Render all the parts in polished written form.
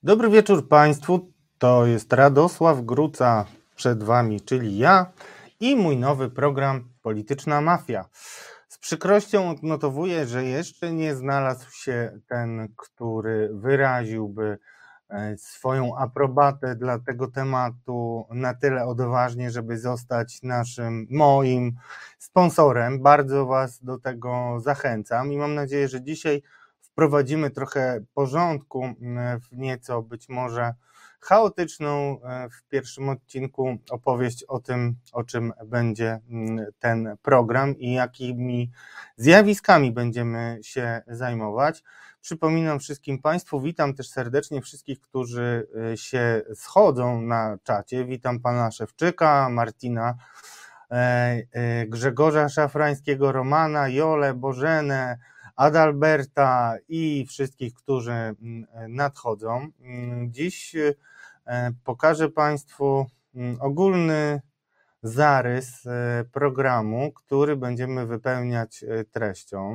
Dobry wieczór Państwu, to jest Radosław Gruca przed Wami, czyli ja i mój nowy program Polityczna Mafia. Z przykrością odnotowuję, że jeszcze nie znalazł się ten, który wyraziłby swoją aprobatę dla tego tematu na tyle odważnie, żeby zostać moim sponsorem. Bardzo Was do tego zachęcam i mam nadzieję, że dzisiaj wprowadzimy trochę porządku w nieco być może chaotyczną w pierwszym odcinku opowieść o tym, o czym będzie ten program i jakimi zjawiskami będziemy się zajmować. Przypominam wszystkim Państwu, witam też serdecznie wszystkich, którzy się schodzą na czacie. Witam pana Szewczyka, Martina, Grzegorza Szafrańskiego, Romana, Jolę, Bożenę, Adalberta i wszystkich, którzy nadchodzą. Dziś pokażę Państwu ogólny zarys programu, który będziemy wypełniać treścią.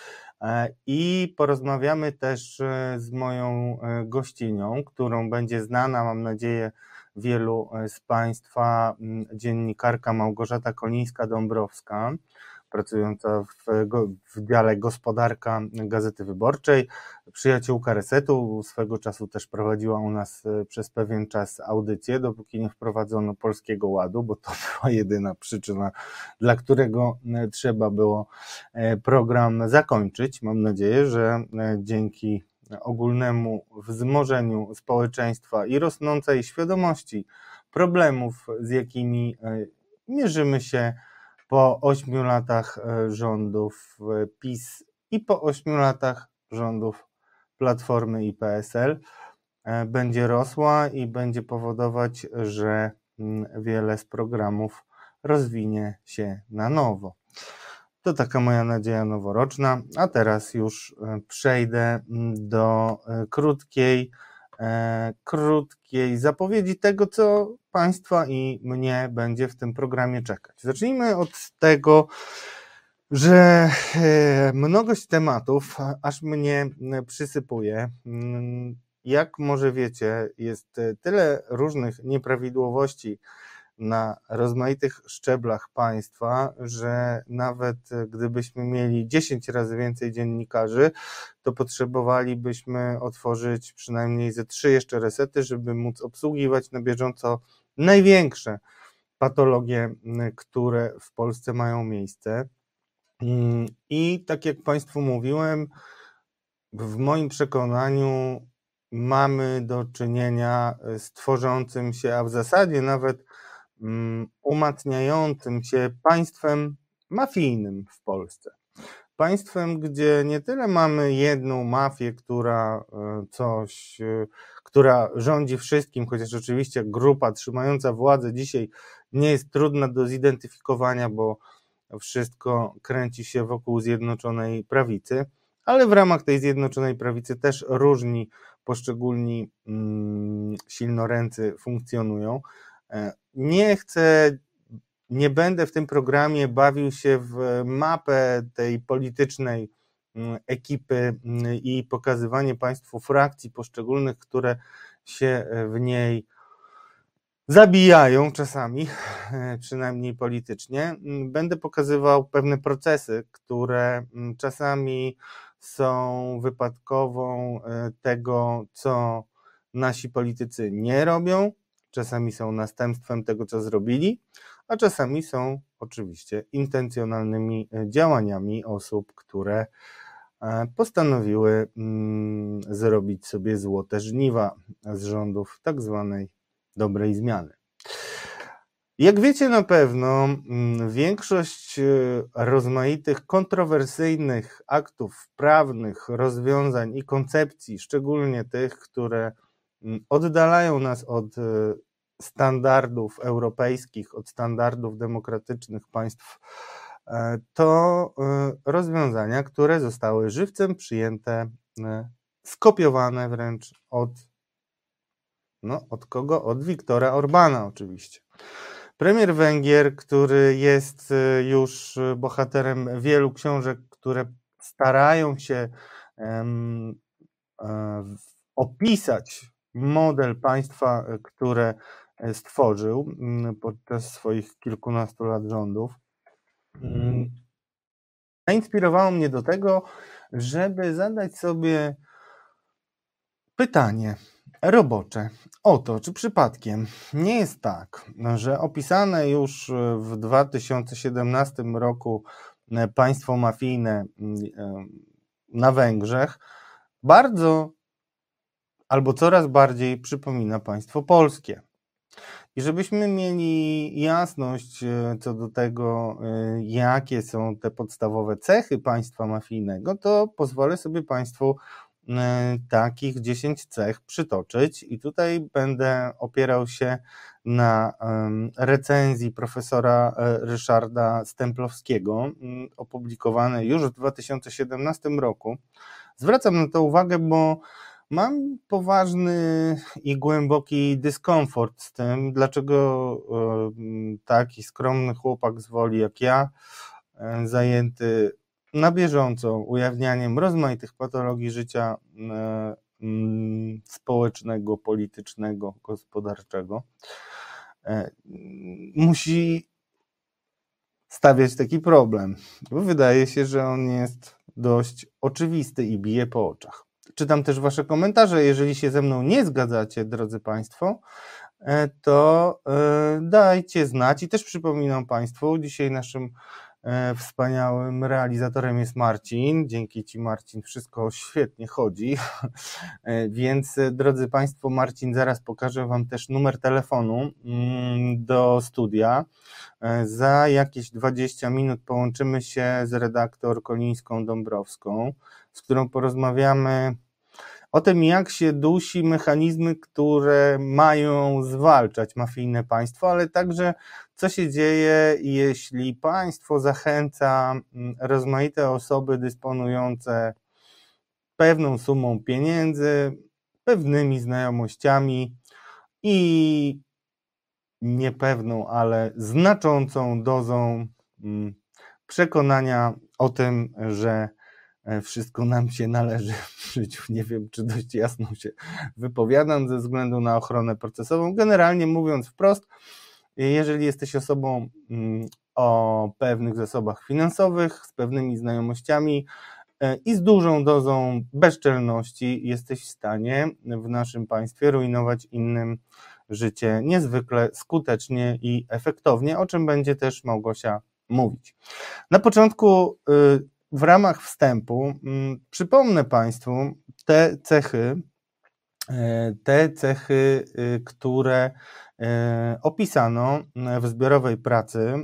I porozmawiamy też z moją gościnią, którą będzie znana, mam nadzieję, wielu z Państwa, dziennikarka Małgorzata Kolińska-Dąbrowska, pracująca w dziale Gospodarka Gazety Wyborczej, przyjaciółka Resetu, swego czasu też prowadziła u nas przez pewien czas audycję, dopóki nie wprowadzono Polskiego Ładu, bo to była jedyna przyczyna, dla którego trzeba było program zakończyć. Mam nadzieję, że dzięki ogólnemu wzmożeniu społeczeństwa i rosnącej świadomości problemów, z jakimi mierzymy się po 8 latach rządów PiS i po 8 latach rządów Platformy i PSL, będzie rosła i będzie powodować, że wiele z programów rozwinie się na nowo. To taka moja nadzieja noworoczna, a teraz już przejdę do krótkiej zapowiedzi tego, co Państwa i mnie będzie w tym programie czekać. Zacznijmy od tego, że mnogość tematów aż mnie przysypuje. Jak może wiecie, jest tyle różnych nieprawidłowości na rozmaitych szczeblach państwa, że nawet gdybyśmy mieli 10 razy więcej dziennikarzy, to potrzebowalibyśmy otworzyć przynajmniej ze 3 jeszcze resety, żeby móc obsługiwać na bieżąco największe patologie, które w Polsce mają miejsce. I tak jak Państwu mówiłem, w moim przekonaniu mamy do czynienia z tworzącym się, a w zasadzie nawet umacniającym się państwem mafijnym w Polsce. Państwem, gdzie nie tyle mamy jedną mafię, która rządzi wszystkim, chociaż oczywiście grupa trzymająca władzę dzisiaj nie jest trudna do zidentyfikowania, bo wszystko kręci się wokół Zjednoczonej Prawicy, ale w ramach tej Zjednoczonej Prawicy też różni poszczególni silnoręcy funkcjonują. Nie będę w tym programie bawił się w mapę tej politycznej ekipy i pokazywanie Państwu frakcji poszczególnych, które się w niej zabijają czasami, przynajmniej politycznie. Będę pokazywał pewne procesy, które czasami są wypadkową tego, co nasi politycy nie robią, czasami są następstwem tego, co zrobili, a czasami są oczywiście intencjonalnymi działaniami osób, które postanowiły zrobić sobie złote żniwa z rządów tak zwanej dobrej zmiany. Jak wiecie na pewno, większość rozmaitych kontrowersyjnych aktów prawnych, rozwiązań i koncepcji, szczególnie tych, które oddalają nas od standardów europejskich, od standardów demokratycznych państw, to rozwiązania, które zostały żywcem przyjęte, skopiowane wręcz od kogo? Od Viktora Orbana oczywiście. Premier Węgier, który jest już bohaterem wielu książek, które starają się opisać model państwa, które stworzył podczas swoich kilkunastu lat rządów, zainspirowało mnie do tego, żeby zadać sobie pytanie robocze o to, czy przypadkiem nie jest tak, że opisane już w 2017 roku państwo mafijne na Węgrzech bardzo albo coraz bardziej przypomina państwo polskie. I żebyśmy mieli jasność co do tego, jakie są te podstawowe cechy państwa mafijnego, to pozwolę sobie Państwu takich 10 cech przytoczyć i tutaj będę opierał się na recenzji profesora Ryszarda Stemplowskiego, opublikowanej już w 2017 roku. Zwracam na to uwagę, bo mam poważny i głęboki dyskomfort z tym, dlaczego taki skromny chłopak z Woli jak ja, zajęty na bieżąco ujawnianiem rozmaitych patologii życia społecznego, politycznego, gospodarczego, musi stawiać taki problem, bo wydaje się, że on jest dość oczywisty i bije po oczach. Czytam też Wasze komentarze. Jeżeli się ze mną nie zgadzacie, drodzy Państwo, to dajcie znać. I też przypominam Państwu, dzisiaj naszym wspaniałym realizatorem jest Marcin. Dzięki Ci, Marcin, wszystko świetnie chodzi. Więc, drodzy Państwo, Marcin zaraz pokaże Wam też numer telefonu do studia. Za jakieś 20 minut połączymy się z redaktor Kolińską Dąbrowską, z którą porozmawiamy o tym, jak się dusi mechanizmy, które mają zwalczać mafijne państwo, ale także co się dzieje, jeśli państwo zachęca rozmaite osoby dysponujące pewną sumą pieniędzy, pewnymi znajomościami i niepewną, ale znaczącą dozą przekonania o tym, że wszystko nam się należy w życiu. Nie wiem, czy dość jasno się wypowiadam ze względu na ochronę procesową. Generalnie mówiąc wprost, jeżeli jesteś osobą o pewnych zasobach finansowych, z pewnymi znajomościami i z dużą dozą bezczelności, jesteś w stanie w naszym państwie rujnować innym życie niezwykle skutecznie i efektownie, o czym będzie też Małgosia mówić. Na początku w ramach wstępu przypomnę Państwu te cechy, które opisano w zbiorowej pracy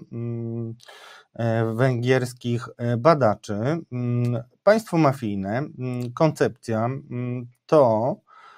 węgierskich badaczy. Państwo mafijne, koncepcja to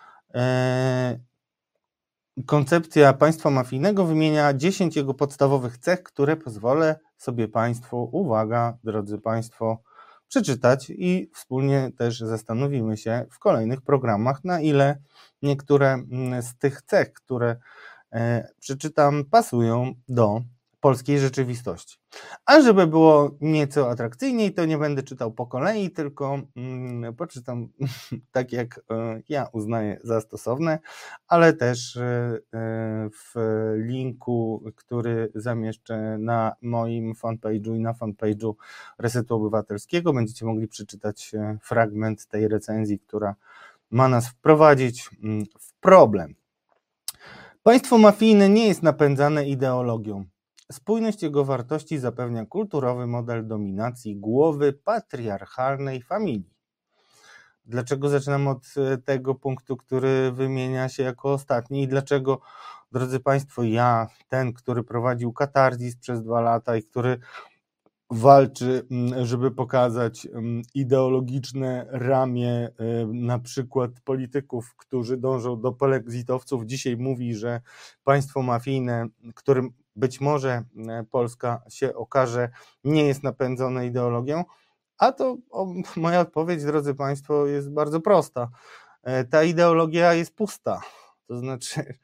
koncepcja państwa mafijnego wymienia 10 jego podstawowych cech, które pozwolę sobie Państwu, uwaga, drodzy Państwo, przeczytać i wspólnie też zastanowimy się w kolejnych programach, na ile niektóre z tych cech, które przeczytam, pasują do polskiej rzeczywistości. A żeby było nieco atrakcyjniej, to nie będę czytał po kolei, tylko poczytam tak, jak ja uznaję za stosowne, ale też w linku, który zamieszczę na moim fanpage'u i na fanpage'u Resetu Obywatelskiego, będziecie mogli przeczytać fragment tej recenzji, która ma nas wprowadzić w problem. Państwo mafijne nie jest napędzane ideologią. Spójność jego wartości zapewnia kulturowy model dominacji głowy patriarchalnej familii. Dlaczego zaczynam od tego punktu, który wymienia się jako ostatni i dlaczego, drodzy Państwo, ja, ten, który prowadził katarzis przez 2 lata i który walczy, żeby pokazać ideologiczne ramię na przykład polityków, którzy dążą do polexitowców, dzisiaj mówi, że państwo mafijne, którym być może Polska się okaże, nie jest napędzone ideologią, a to moja odpowiedź, drodzy Państwo, jest bardzo prosta. Ta ideologia jest pusta, to znaczy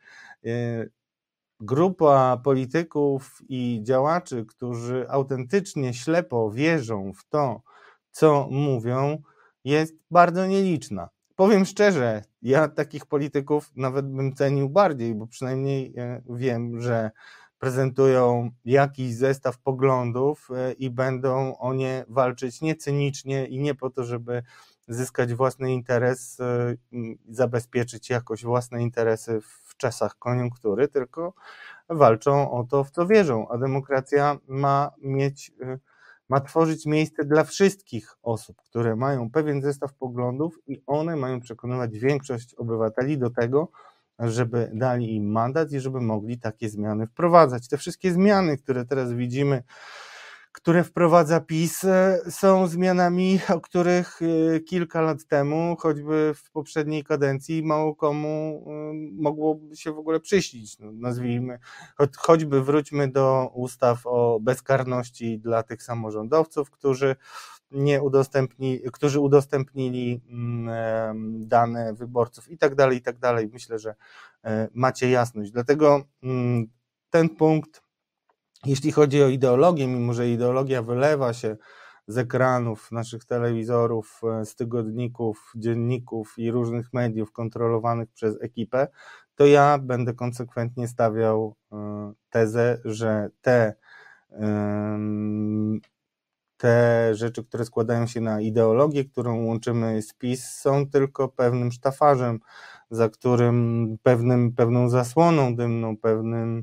grupa polityków i działaczy, którzy autentycznie ślepo wierzą w to, co mówią, jest bardzo nieliczna. Powiem szczerze, Ja takich polityków nawet bym cenił bardziej, bo przynajmniej wiem, że prezentują jakiś zestaw poglądów i będą o nie walczyć nie cynicznie i nie po to, żeby zyskać własny interes, zabezpieczyć jakoś własne interesy w czasach koniunktury, tylko walczą o to, w co wierzą, a demokracja ma tworzyć miejsce dla wszystkich osób, które mają pewien zestaw poglądów i one mają przekonywać większość obywateli do tego, żeby dali im mandat i żeby mogli takie zmiany wprowadzać. Te wszystkie zmiany, które teraz widzimy, które wprowadza PiS, są zmianami, o których kilka lat temu, choćby w poprzedniej kadencji, mało komu mogłoby się w ogóle przyśnić. No, nazwijmy, choćby wróćmy do ustaw o bezkarności dla tych samorządowców, którzy udostępnili dane wyborców i tak dalej. Myślę, że macie jasność. Dlatego ten punkt, jeśli chodzi o ideologię, mimo że ideologia wylewa się z ekranów naszych telewizorów, z tygodników, dzienników i różnych mediów kontrolowanych przez ekipę, to ja będę konsekwentnie stawiał tezę, że te rzeczy, które składają się na ideologię, którą łączymy z PiS, są tylko pewnym sztafarzem, za którym pewną zasłoną dymną, pewną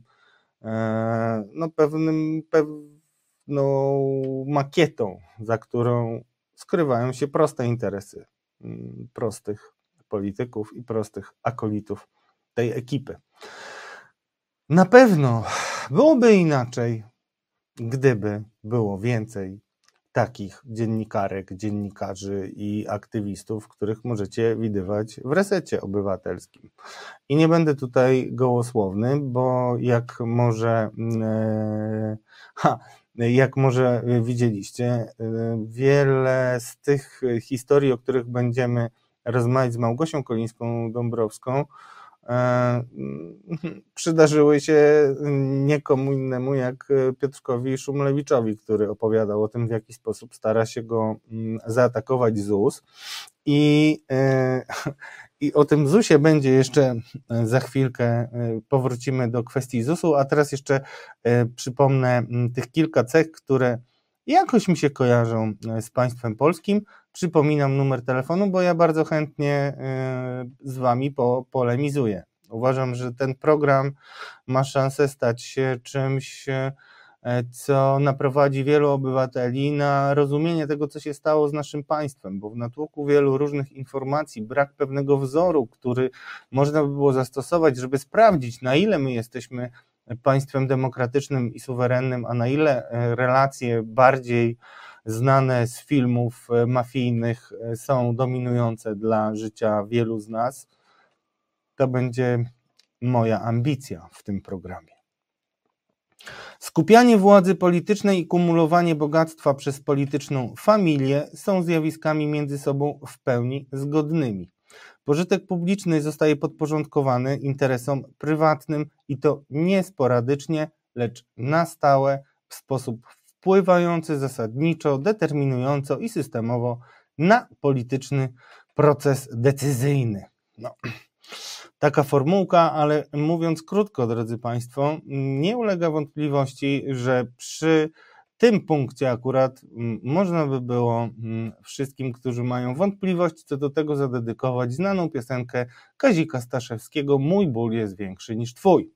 makietą, za którą skrywają się proste interesy prostych polityków i prostych akolitów tej ekipy. Na pewno byłoby inaczej, gdyby było więcej takich dziennikarek, dziennikarzy i aktywistów, których możecie widywać w Resecie Obywatelskim. I nie będę tutaj gołosłowny, bo jak może widzieliście, wiele z tych historii, o których będziemy rozmawiać z Małgosią Kolińską-Dąbrowską, przydarzyły się nikomu innemu jak Piotrkowi Szumlewiczowi, który opowiadał o tym, w jaki sposób stara się go zaatakować ZUS. I o tym ZUS-ie będzie jeszcze za chwilkę, powrócimy do kwestii ZUS-u, a teraz jeszcze przypomnę tych kilka cech, które jakoś mi się kojarzą z państwem polskim. Przypominam numer telefonu, bo ja bardzo chętnie z wami polemizuję. Uważam, że ten program ma szansę stać się czymś, co naprowadzi wielu obywateli na rozumienie tego, co się stało z naszym państwem, bo w natłoku wielu różnych informacji, brak pewnego wzoru, który można by było zastosować, żeby sprawdzić, na ile my jesteśmy państwem demokratycznym i suwerennym, a na ile relacje bardziej znane z filmów mafijnych są dominujące dla życia wielu z nas, to będzie moja ambicja w tym programie. Skupianie władzy politycznej i kumulowanie bogactwa przez polityczną familię są zjawiskami między sobą w pełni zgodnymi. Pożytek publiczny zostaje podporządkowany interesom prywatnym i to nie sporadycznie, lecz na stałe, w sposób wpływający zasadniczo, determinująco i systemowo na polityczny proces decyzyjny. Taka formułka, ale mówiąc krótko, drodzy Państwo, nie ulega wątpliwości, że przy tym punkcie akurat można by było wszystkim, którzy mają wątpliwości co do tego, zadedykować znaną piosenkę Kazika Staszewskiego „Mój ból jest większy niż twój”.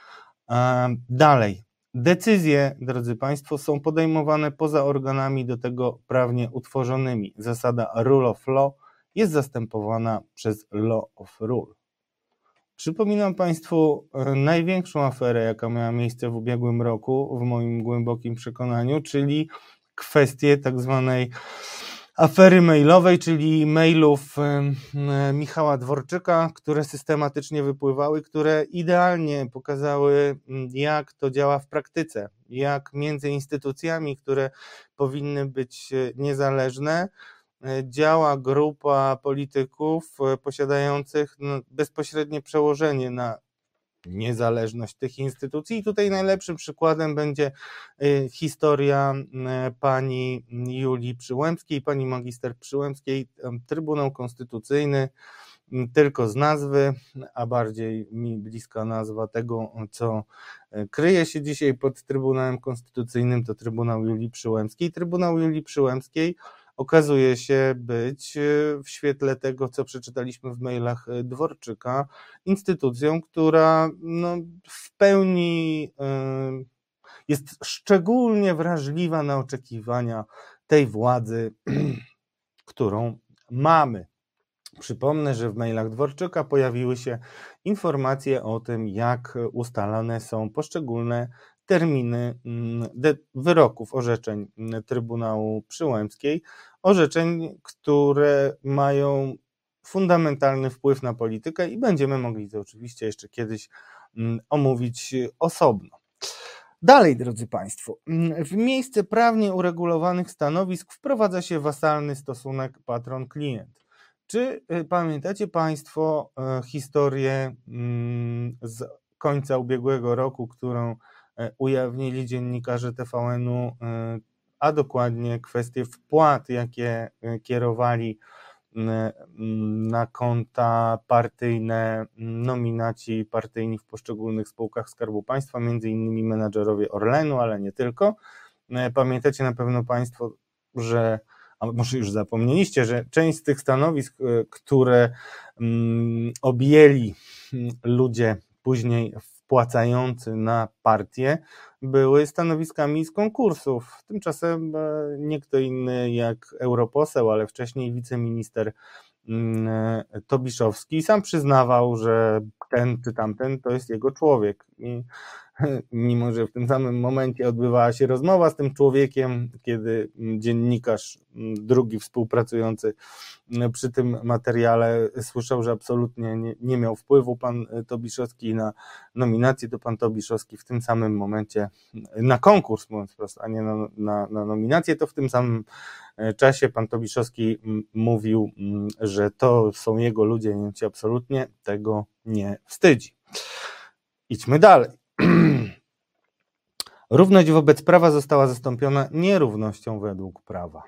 Dalej. Decyzje, drodzy Państwo, są podejmowane poza organami do tego prawnie utworzonymi. Zasada rule of law jest zastępowana przez law of rule. Przypominam Państwu największą aferę, jaka miała miejsce w ubiegłym roku, w moim głębokim przekonaniu, czyli kwestię tak zwanej afery mailowej, czyli mailów Michała Dworczyka, które systematycznie wypływały, które idealnie pokazały, jak to działa w praktyce, jak między instytucjami, które powinny być niezależne, działa grupa polityków posiadających bezpośrednie przełożenie na niezależność tych instytucji. I tutaj najlepszym przykładem będzie historia pani Julii Przyłębskiej, pani magister Przyłębskiej. Trybunał Konstytucyjny tylko z nazwy, a bardziej mi bliska nazwa tego, co kryje się dzisiaj pod Trybunałem Konstytucyjnym, to Trybunał Julii Przyłębskiej. Trybunał Julii Przyłębskiej okazuje się być w świetle tego, co przeczytaliśmy w mailach Dworczyka, instytucją, która w pełni jest szczególnie wrażliwa na oczekiwania tej władzy, którą mamy. Przypomnę, że w mailach Dworczyka pojawiły się informacje o tym, jak ustalane są poszczególne terminy wyroków, orzeczeń Trybunału Przyłębskiej, orzeczeń, które mają fundamentalny wpływ na politykę i będziemy mogli to oczywiście jeszcze kiedyś omówić osobno. Dalej, drodzy Państwo, w miejsce prawnie uregulowanych stanowisk wprowadza się wasalny stosunek patron-klient. Czy pamiętacie Państwo historię z końca ubiegłego roku, którą ujawnili dziennikarze TVN-u, a dokładnie kwestie wpłat, jakie kierowali na konta partyjne nominaci partyjni w poszczególnych spółkach Skarbu Państwa, między innymi menadżerowie Orlenu, ale nie tylko. Pamiętacie na pewno Państwo, że, a może już zapomnieliście, że część z tych stanowisk, które objęli ludzie później wpłacający na partię, były stanowiskami z konkursów. Tymczasem nie kto inny jak europoseł, ale wcześniej wiceminister Tobiszowski sam przyznawał, że ten czy tamten to jest jego człowiek. I mimo że w tym samym momencie odbywała się rozmowa z tym człowiekiem, kiedy dziennikarz, drugi współpracujący przy tym materiale słyszał, że absolutnie nie miał wpływu pan Tobiszowski na nominację, to pan Tobiszowski w tym samym momencie, na konkurs mówiąc wprost, a nie na nominację, to w tym samym czasie pan Tobiszowski mówił, że to są jego ludzie, nie się absolutnie tego nie wstydzi. Idźmy dalej. Równość wobec prawa została zastąpiona nierównością według prawa.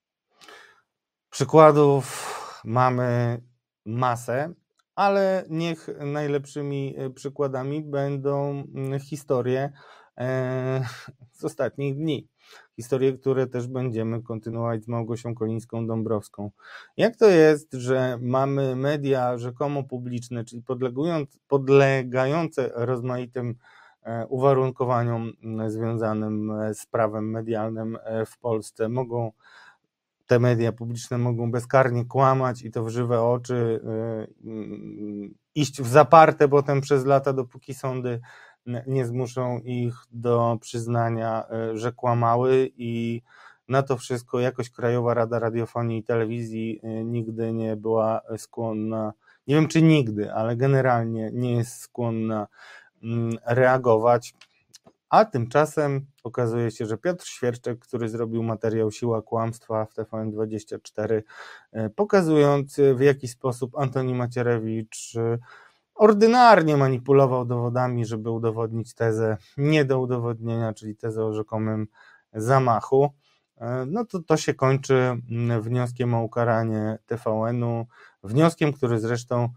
Przykładów mamy masę, ale niech najlepszymi przykładami będą historie z ostatnich dni. Historie, które też będziemy kontynuować z Małgosią Kolińską-Dąbrowską. Jak to jest, że mamy media rzekomo publiczne, czyli podlegające rozmaitym uwarunkowaniom związanym z prawem medialnym w Polsce, te media publiczne mogą bezkarnie kłamać i to w żywe oczy, iść w zaparte potem przez lata, dopóki sądy nie zmuszą ich do przyznania, że kłamały, i na to wszystko jakoś Krajowa Rada Radiofonii i Telewizji nigdy nie była skłonna, nie wiem czy nigdy, ale generalnie nie jest skłonna reagować. A tymczasem okazuje się, że Piotr Świerczek, który zrobił materiał Siła Kłamstwa w TVN24, pokazując w jaki sposób Antoni Macierewicz ordynarnie manipulował dowodami, żeby udowodnić tezę nie do udowodnienia, czyli tezę o rzekomym zamachu, no to się kończy wnioskiem o ukaranie TVN-u, wnioskiem, który zresztą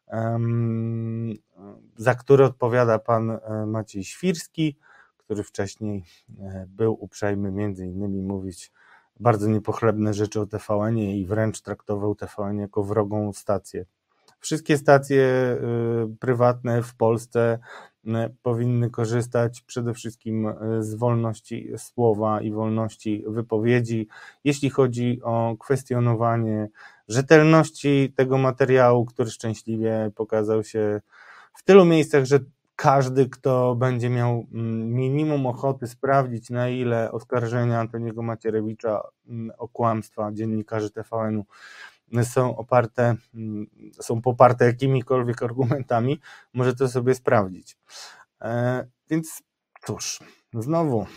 za który odpowiada pan Maciej Świrski, który wcześniej był uprzejmy między innymi mówić bardzo niepochlebne rzeczy o TVN-ie i wręcz traktował TVN jako wrogą stację. Wszystkie stacje prywatne w Polsce powinny korzystać przede wszystkim z wolności słowa i wolności wypowiedzi. Jeśli chodzi o kwestionowanie rzetelności tego materiału, który szczęśliwie pokazał się w tylu miejscach, że każdy, kto będzie miał minimum ochoty sprawdzić, na ile oskarżenia Antoniego Macierewicza o kłamstwa dziennikarzy TVN-u są poparte jakimikolwiek argumentami, może to sobie sprawdzić. Więc cóż, znowu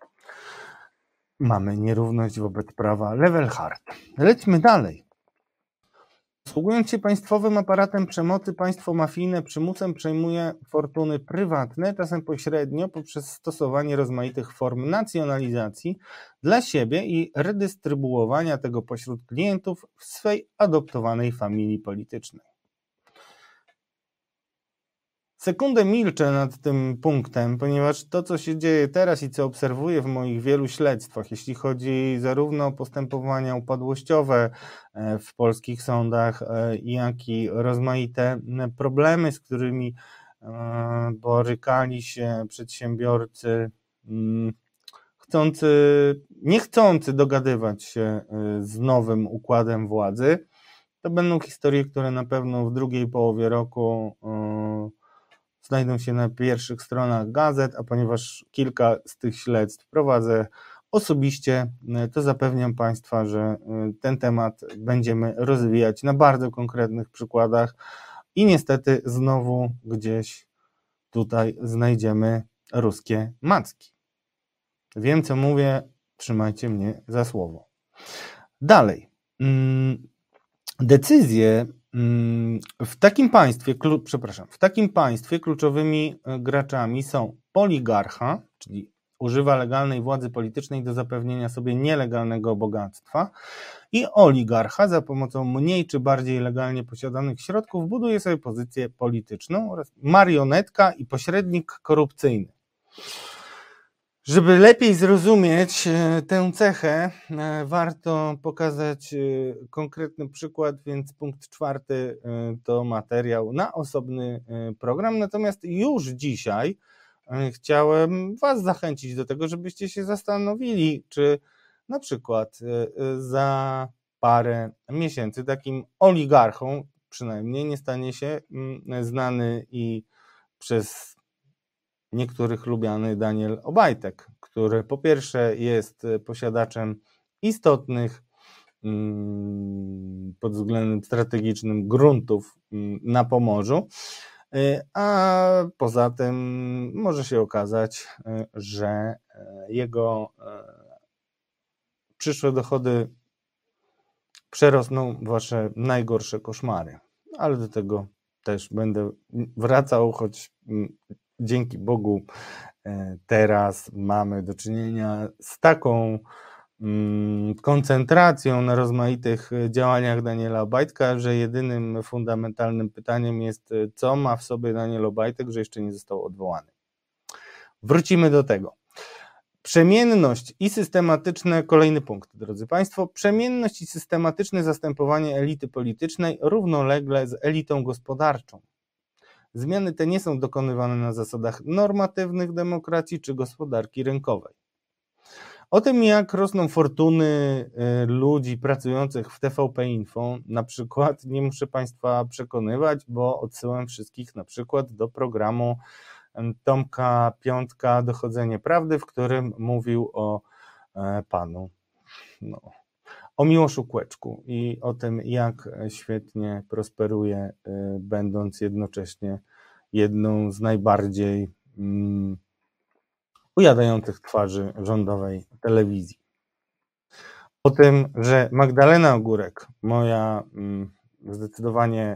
mamy nierówność wobec prawa, level hard. Lećmy dalej. Posługując się państwowym aparatem przemocy, państwo mafijne przymusem przejmuje fortuny prywatne, czasem pośrednio poprzez stosowanie rozmaitych form nacjonalizacji dla siebie i redystrybuowania tego pośród klientów w swej adoptowanej familii politycznej. Sekundę milczę nad tym punktem, ponieważ to, co się dzieje teraz i co obserwuję w moich wielu śledztwach, jeśli chodzi zarówno o postępowania upadłościowe w polskich sądach, jak i rozmaite problemy, z którymi borykali się przedsiębiorcy niechcący dogadywać się z nowym układem władzy, to będą historie, które na pewno w drugiej połowie roku znajdą się na pierwszych stronach gazet, a ponieważ kilka z tych śledztw prowadzę osobiście, to zapewniam Państwa, że ten temat będziemy rozwijać na bardzo konkretnych przykładach i niestety znowu gdzieś tutaj znajdziemy ruskie macki. Wiem, co mówię, trzymajcie mnie za słowo. Dalej. Decyzje w takim państwie kluczowymi graczami są oligarcha, czyli używa legalnej władzy politycznej do zapewnienia sobie nielegalnego bogactwa, i oligarcha za pomocą mniej czy bardziej legalnie posiadanych środków buduje sobie pozycję polityczną, oraz marionetka i pośrednik korupcyjny. Żeby lepiej zrozumieć tę cechę, warto pokazać konkretny przykład, więc punkt 4 to materiał na osobny program. Natomiast już dzisiaj chciałem Was zachęcić do tego, żebyście się zastanowili, czy na przykład za parę miesięcy takim oligarchą przynajmniej nie stanie się znany i przez niektórych lubiany Daniel Obajtek, który po pierwsze jest posiadaczem istotnych pod względem strategicznym gruntów na Pomorzu, a poza tym może się okazać, że jego przyszłe dochody przerosną Wasze najgorsze koszmary, ale do tego też będę wracał, choć dzięki Bogu teraz mamy do czynienia z taką koncentracją na rozmaitych działaniach Daniela Obajtka, że jedynym fundamentalnym pytaniem jest, co ma w sobie Daniel Obajtek, że jeszcze nie został odwołany. Wrócimy do tego. Przemienność i systematyczne, kolejny punkt, drodzy Państwo, przemienność i systematyczne zastępowanie elity politycznej równolegle z elitą gospodarczą. Zmiany te nie są dokonywane na zasadach normatywnych demokracji czy gospodarki rynkowej. O tym, jak rosną fortuny ludzi pracujących w TVP Info, na przykład, nie muszę Państwa przekonywać, bo odsyłam wszystkich na przykład do programu Tomka Piątka Dochodzenie Prawdy, w którym mówił o panu, o Miłoszu Kłeczku i o tym, jak świetnie prosperuje, będąc jednocześnie jedną z najbardziej ujadających twarzy rządowej telewizji. O tym, że Magdalena Ogórek, moja zdecydowanie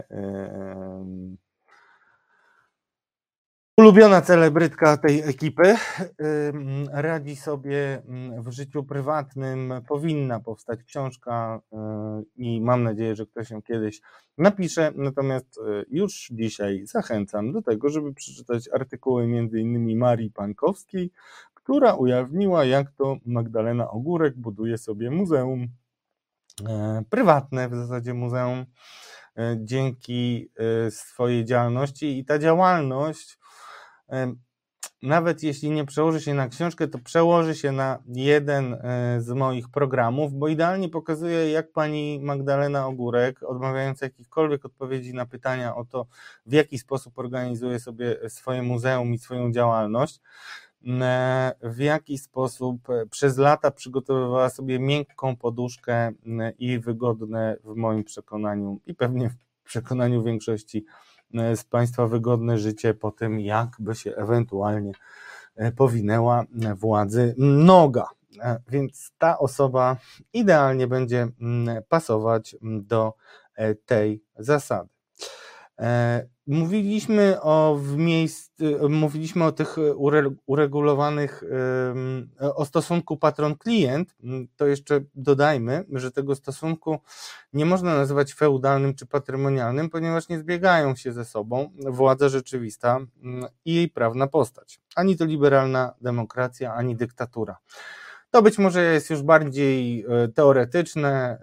ulubiona celebrytka tej ekipy, radzi sobie w życiu prywatnym, powinna powstać książka i mam nadzieję, że ktoś ją kiedyś napisze, natomiast już dzisiaj zachęcam do tego, żeby przeczytać artykuły m.in. Marii Pankowskiej, która ujawniła, jak to Magdalena Ogórek buduje sobie muzeum prywatne, w zasadzie muzeum, dzięki swojej działalności, i ta działalność, nawet jeśli nie przełoży się na książkę, to przełoży się na jeden z moich programów, bo idealnie pokazuje, jak pani Magdalena Ogórek, odmawiając jakichkolwiek odpowiedzi na pytania o to, w jaki sposób organizuje sobie swoje muzeum i swoją działalność, w jaki sposób przez lata przygotowywała sobie miękką poduszkę i wygodne, w moim przekonaniu i pewnie w przekonaniu większości z Państwa, wygodne życie po tym, jakby się ewentualnie powinęła władzy noga. Więc ta osoba idealnie będzie pasować do tej zasady. Mówiliśmy o tych uregulowanych, o stosunku patron-klient. To jeszcze dodajmy, że tego stosunku nie można nazywać feudalnym czy patrymonialnym, ponieważ nie zbiegają się ze sobą władza rzeczywista i jej prawna postać. Ani to liberalna demokracja, ani dyktatura. To być może jest już bardziej teoretyczne,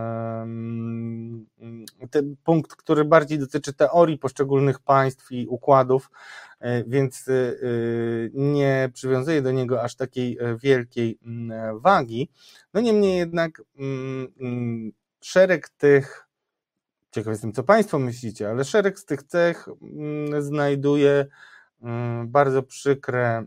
ten punkt, który bardziej dotyczy teorii poszczególnych państw i układów, więc nie przywiązuję do niego aż takiej wielkiej wagi. No niemniej jednak szereg tych, ciekaw jestem co Państwo myślicie, ale szereg z tych cech znajduje bardzo przykre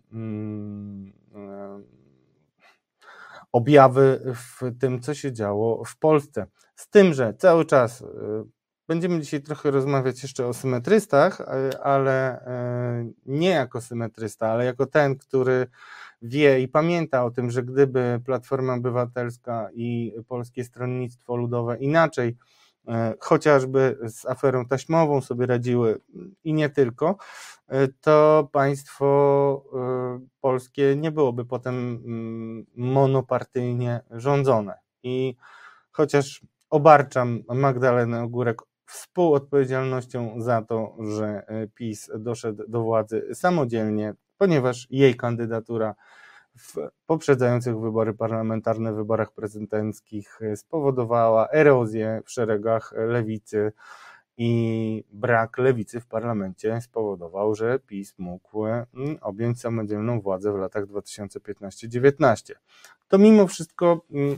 objawy w tym, co się działo w Polsce. Z tym, że cały czas będziemy dzisiaj trochę rozmawiać jeszcze o symetrystach, ale nie jako symetrysta, ale jako ten, który wie i pamięta o tym, że gdyby Platforma Obywatelska i Polskie Stronnictwo Ludowe inaczej chociażby z aferą taśmową sobie radziły i nie tylko, to państwo polskie nie byłoby potem monopartyjnie rządzone. I chociaż obarczam Magdalenę Ogórek współodpowiedzialnością za to, że PiS doszedł do władzy samodzielnie, ponieważ jej kandydatura w poprzedzających wybory parlamentarne, wyborach prezydenckich spowodowała erozję w szeregach lewicy i brak lewicy w parlamencie spowodował, że PiS mógł objąć samodzielną władzę w latach 2015-19. To mimo wszystko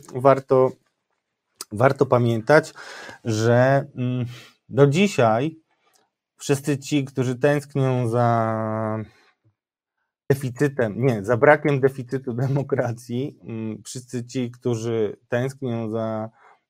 warto pamiętać, że do dzisiaj wszyscy ci, którzy tęsknią za brakiem deficytu demokracji, wszyscy ci, którzy tęsknią za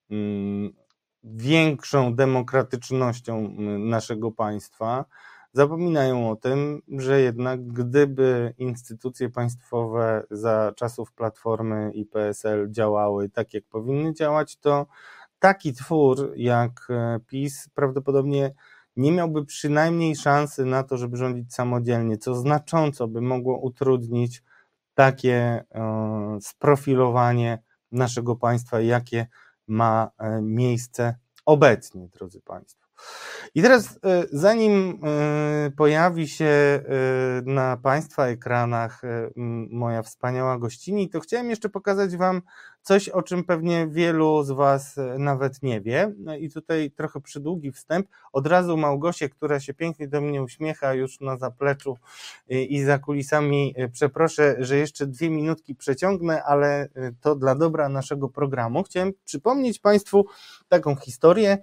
większą demokratycznością naszego państwa, zapominają o tym, że jednak gdyby instytucje państwowe za czasów Platformy i PSL działały tak, jak powinny działać, to taki twór jak PiS prawdopodobnie nie miałby przynajmniej szansy na to, żeby rządzić samodzielnie, co znacząco by mogło utrudnić takie sprofilowanie naszego państwa, jakie ma miejsce obecnie, drodzy Państwo. I teraz, zanim pojawi się na Państwa ekranach moja wspaniała gościni, to chciałem jeszcze pokazać Wam coś, o czym pewnie wielu z Was nawet nie wie. No i tutaj trochę przydługi wstęp. Od razu Małgosię, która się pięknie do mnie uśmiecha już na zapleczu i za kulisami, przeproszę, że jeszcze 2 minutki przeciągnę, ale to dla dobra naszego programu. Chciałem przypomnieć Państwu taką historię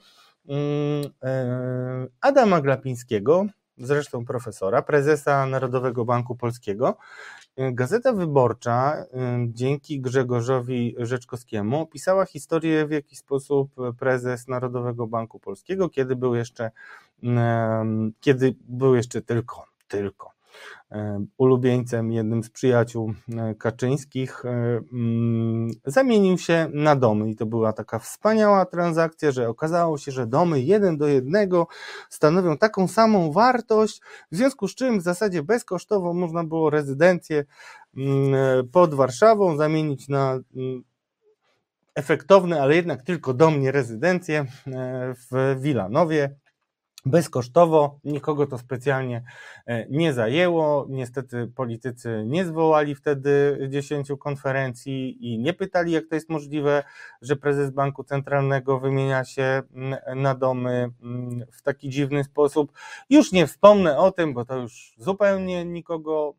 Adama Glapińskiego, zresztą profesora, prezesa Narodowego Banku Polskiego. Gazeta Wyborcza dzięki Grzegorzowi Rzeczkowskiemu opisała historię, w jaki sposób prezes Narodowego Banku Polskiego, kiedy był jeszcze tylko ulubieńcem, jednym z przyjaciół Kaczyńskich, zamienił się na domy i to była taka wspaniała transakcja, że okazało się, że domy 1:1 stanowią taką samą wartość, w związku z czym w zasadzie bezkosztowo można było rezydencję pod Warszawą zamienić na efektowny, ale jednak tylko dom, nie rezydencję w Wilanowie. Bezkosztowo, nikogo to specjalnie nie zajęło. Niestety politycy nie zwołali wtedy 10 konferencji i nie pytali, jak to jest możliwe, że prezes Banku Centralnego wymienia się na domy w taki dziwny sposób. Już nie wspomnę o tym, bo to już zupełnie nikogo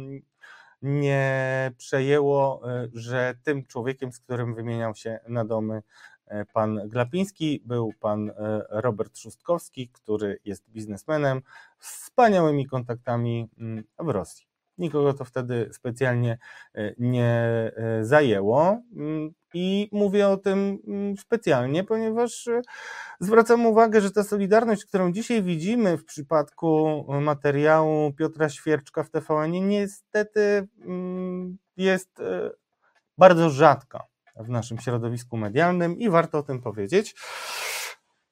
nie przejęło, że tym człowiekiem, z którym wymieniał się na domy pan Glapiński, był pan Robert Trzustkowski, który jest biznesmenem z wspaniałymi kontaktami w Rosji. Nikogo to wtedy specjalnie nie zajęło i mówię o tym specjalnie, ponieważ zwracam uwagę, że ta solidarność, którą dzisiaj widzimy w przypadku materiału Piotra Świerczka w TVN-ie, niestety jest bardzo rzadka w naszym środowisku medialnym i warto o tym powiedzieć.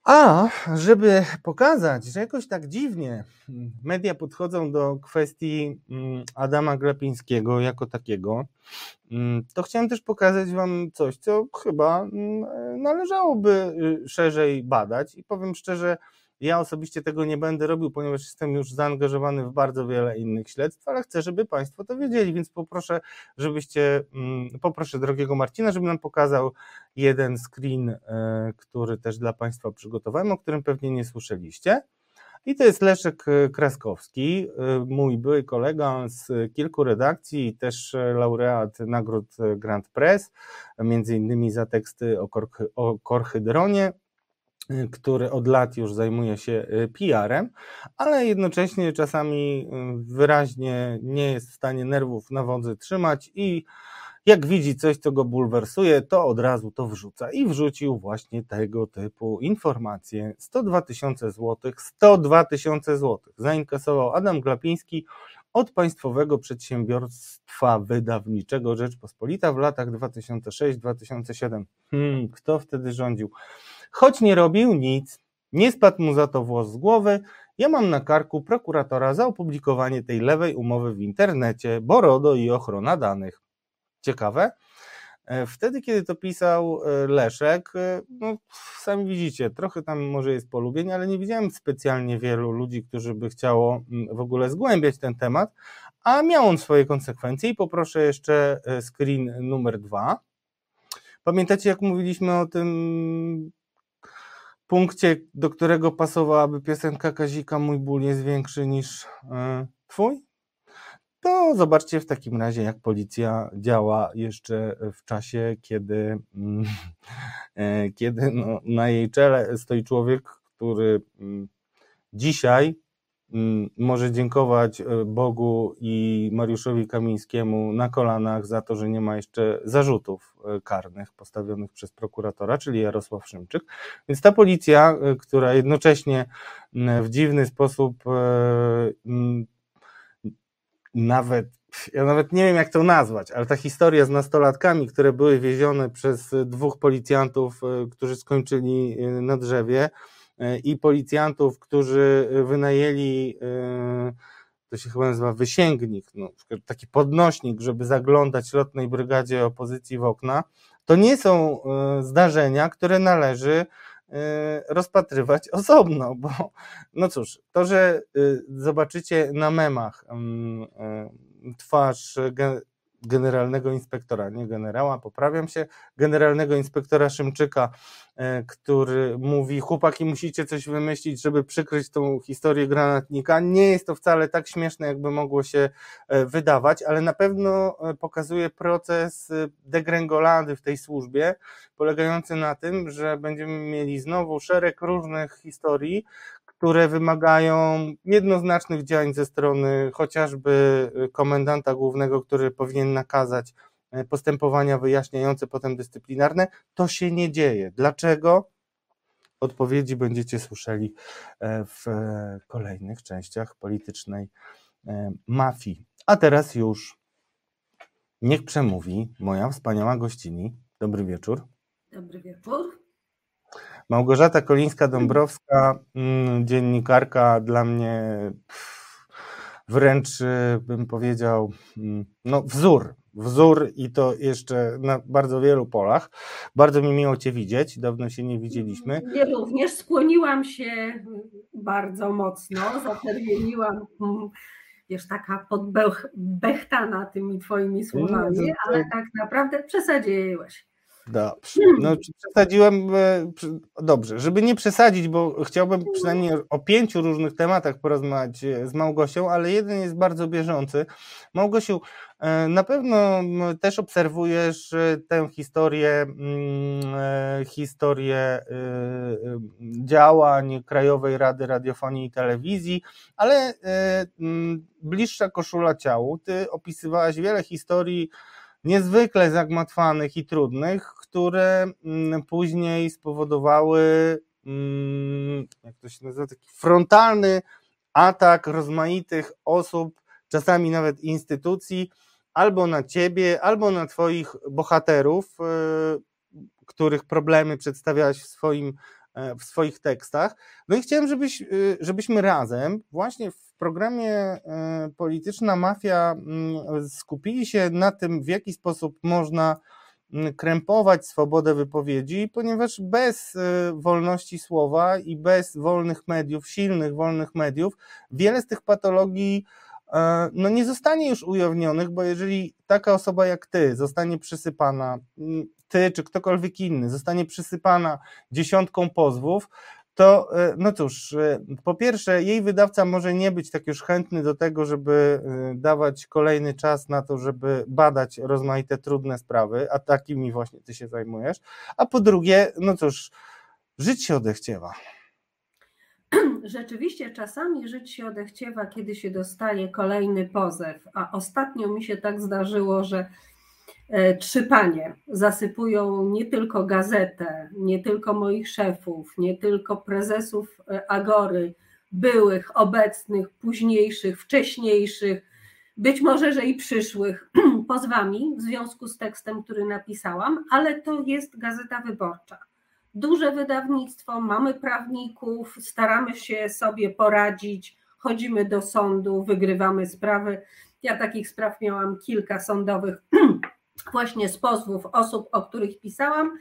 A żeby pokazać, że jakoś tak dziwnie media podchodzą do kwestii Adama Glapińskiego jako takiego, to chciałem też pokazać Wam coś, co chyba należałoby szerzej badać i powiem szczerze, ja osobiście tego nie będę robił, ponieważ jestem już zaangażowany w bardzo wiele innych śledztw, ale chcę, żeby Państwo to wiedzieli, więc poproszę drogiego Marcina, żeby nam pokazał jeden screen, który też dla Państwa przygotowałem, o którym pewnie nie słyszeliście. I to jest Leszek Kraskowski, mój były kolega z kilku redakcji i też laureat nagród Grand Press, między innymi za teksty o Korhydronie, który od lat już zajmuje się PR-em, ale jednocześnie czasami wyraźnie nie jest w stanie nerwów na wodzy trzymać i jak widzi coś, co go bulwersuje, to od razu to wrzuca. I wrzucił właśnie tego typu informacje. 102 000 złotych, 102 000 złotych zainkasował Adam Glapiński od Państwowego Przedsiębiorstwa Wydawniczego Rzeczpospolita w latach 2006-2007. Kto wtedy rządził? Choć nie robił nic, nie spadł mu za to włos z głowy, ja mam na karku prokuratora za opublikowanie tej lewej umowy w internecie, bo RODO i ochrona danych. Ciekawe. Wtedy, kiedy to pisał Leszek, no sami widzicie, trochę tam może jest polubień, ale nie widziałem specjalnie wielu ludzi, którzy by chciało w ogóle zgłębiać ten temat, a miał on swoje konsekwencje i poproszę jeszcze screen numer 2. Pamiętacie, jak mówiliśmy o tym punkcie, do którego pasowałaby piosenka Kazika Mój ból jest większy niż twój? To zobaczcie w takim razie, jak policja działa jeszcze w czasie, kiedy na jej czele stoi człowiek, który dzisiaj może dziękować Bogu i Mariuszowi Kamińskiemu na kolanach za to, że nie ma jeszcze zarzutów karnych postawionych przez prokuratora, czyli Jarosław Szymczyk. Więc ta policja, która jednocześnie w dziwny sposób ja nawet nie wiem, jak to nazwać, ale ta historia z nastolatkami, które były wiezione przez 2 policjantów, którzy skończyli na drzewie, i policjantów, którzy wynajęli, to się chyba nazywa wysięgnik, taki podnośnik, żeby zaglądać lotnej brygadzie opozycji w okna, to nie są zdarzenia, które należy rozpatrywać osobno, bo no cóż, to, że zobaczycie na memach twarz generalnego inspektora, nie generała, poprawiam się, generalnego inspektora Szymczyka, który mówi: chłopaki, musicie coś wymyślić, żeby przykryć tą historię granatnika. Nie jest to wcale tak śmieszne, jakby mogło się wydawać, ale na pewno pokazuje proces degrengolady w tej służbie, polegający na tym, że będziemy mieli znowu szereg różnych historii, które wymagają jednoznacznych działań ze strony chociażby komendanta głównego, który powinien nakazać postępowania wyjaśniające, potem dyscyplinarne. To się nie dzieje. Dlaczego? Odpowiedzi będziecie słyszeli w kolejnych częściach politycznej mafii. A teraz już niech przemówi moja wspaniała gościni. Dobry wieczór. Dobry wieczór. Małgorzata Kolińska-Dąbrowska, dziennikarka, dla mnie wręcz bym powiedział, no wzór i to jeszcze na bardzo wielu polach. Bardzo mi miło Cię widzieć, dawno się nie widzieliśmy. Ja również skłoniłam się bardzo mocno, zaczerwieniłam, wiesz, taka podbechtana tymi Twoimi słowami, ale tak naprawdę przesadziłeś. Dobrze, no przesadziłem, dobrze, żeby nie przesadzić, bo chciałbym przynajmniej o 5 różnych tematach porozmawiać z Małgosią, ale jeden jest bardzo bieżący. Małgosiu, na pewno też obserwujesz tę historię działań Krajowej Rady Radiofonii i Telewizji, ale bliższa koszula ciału. Ty opisywałaś wiele historii niezwykle zagmatwanych i trudnych, które później spowodowały, jak to się nazywa, taki frontalny atak rozmaitych osób, czasami nawet instytucji, albo na ciebie, albo na twoich bohaterów, których problemy przedstawiałaś w swoim w swoich tekstach. No i chciałem, żebyśmy razem właśnie w programie Polityczna Mafia skupili się na tym, w jaki sposób można krępować swobodę wypowiedzi, ponieważ bez wolności słowa i bez wolnych mediów, silnych wolnych mediów, wiele z tych patologii no nie zostanie już ujawnionych, bo jeżeli taka osoba jak ty zostanie przysypana, ty czy ktokolwiek inny zostanie przysypana dziesiątką pozwów, to no cóż, po pierwsze jej wydawca może nie być tak już chętny do tego, żeby dawać kolejny czas na to, żeby badać rozmaite trudne sprawy, a takimi właśnie ty się zajmujesz, a po drugie, no cóż, żyć się odechciewa. Rzeczywiście czasami żyć się odechciewa, kiedy się dostaje kolejny pozew, a ostatnio mi się tak zdarzyło, że 3 panie zasypują nie tylko gazetę, nie tylko moich szefów, nie tylko prezesów Agory, byłych, obecnych, późniejszych, wcześniejszych, być może, że i przyszłych, pozwami w związku z tekstem, który napisałam, ale to jest Gazeta Wyborcza. Duże wydawnictwo, mamy prawników, staramy się sobie poradzić, chodzimy do sądu, wygrywamy sprawy. Ja takich spraw miałam kilka sądowych właśnie z pozwów osób, o których pisałam.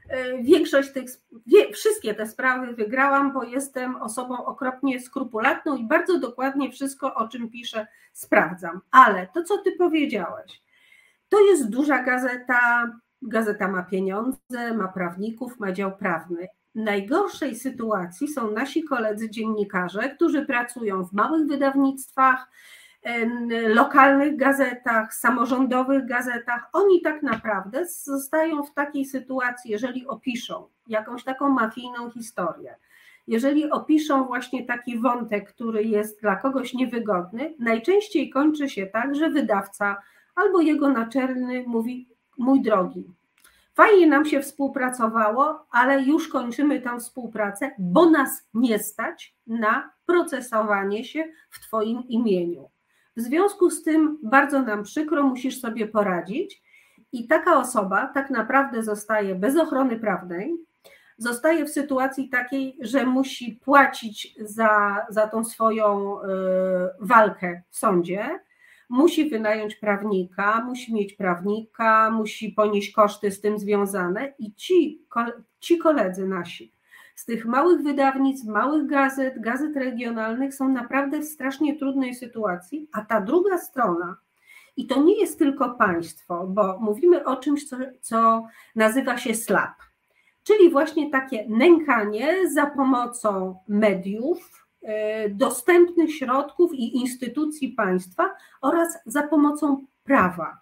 Wszystkie te sprawy wygrałam, bo jestem osobą okropnie skrupulatną i bardzo dokładnie wszystko, o czym piszę, sprawdzam. Ale to, co ty powiedziałeś, to jest duża gazeta, gazeta ma pieniądze, ma prawników, ma dział prawny. W najgorszej sytuacji są nasi koledzy dziennikarze, którzy pracują w małych wydawnictwach, lokalnych gazetach, samorządowych gazetach. Oni tak naprawdę zostają w takiej sytuacji, jeżeli opiszą jakąś taką mafijną historię, jeżeli opiszą właśnie taki wątek, który jest dla kogoś niewygodny, najczęściej kończy się tak, że wydawca albo jego naczelny mówi: mój drogi, fajnie nam się współpracowało, ale już kończymy tę współpracę, bo nas nie stać na procesowanie się w twoim imieniu. W związku z tym bardzo nam przykro, musisz sobie poradzić. I taka osoba tak naprawdę zostaje bez ochrony prawnej, zostaje w sytuacji takiej, że musi płacić za tą swoją walkę w sądzie, musi wynająć prawnika, musi mieć prawnika, musi ponieść koszty z tym związane i ci koledzy nasi z tych małych wydawnictw, małych gazet regionalnych są naprawdę w strasznie trudnej sytuacji, a ta druga strona, i to nie jest tylko państwo, bo mówimy o czymś, co nazywa się SLAP, czyli właśnie takie nękanie za pomocą mediów, dostępnych środków i instytucji państwa oraz za pomocą prawa.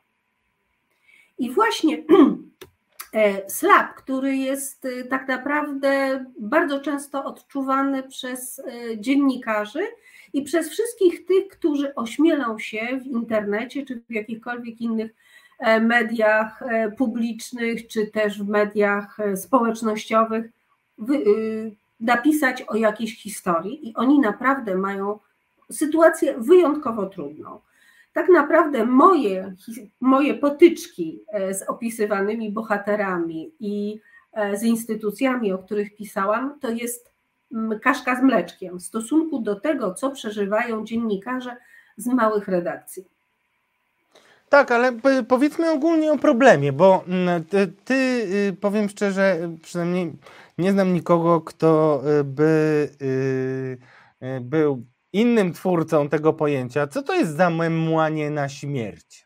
I właśnie SLAP, który jest tak naprawdę bardzo często odczuwany przez dziennikarzy i przez wszystkich tych, którzy ośmielą się w internecie czy w jakichkolwiek innych mediach publicznych, czy też w mediach społecznościowych napisać o jakiejś historii i oni naprawdę mają sytuację wyjątkowo trudną. Tak naprawdę moje potyczki z opisywanymi bohaterami i z instytucjami, o których pisałam, to jest kaszka z mleczkiem w stosunku do tego, co przeżywają dziennikarze z małych redakcji. Tak, ale powiedzmy ogólnie o problemie, bo ty powiem szczerze, przynajmniej nie znam nikogo, kto by był innym twórcą tego pojęcia. Co to jest za memłanie na śmierć?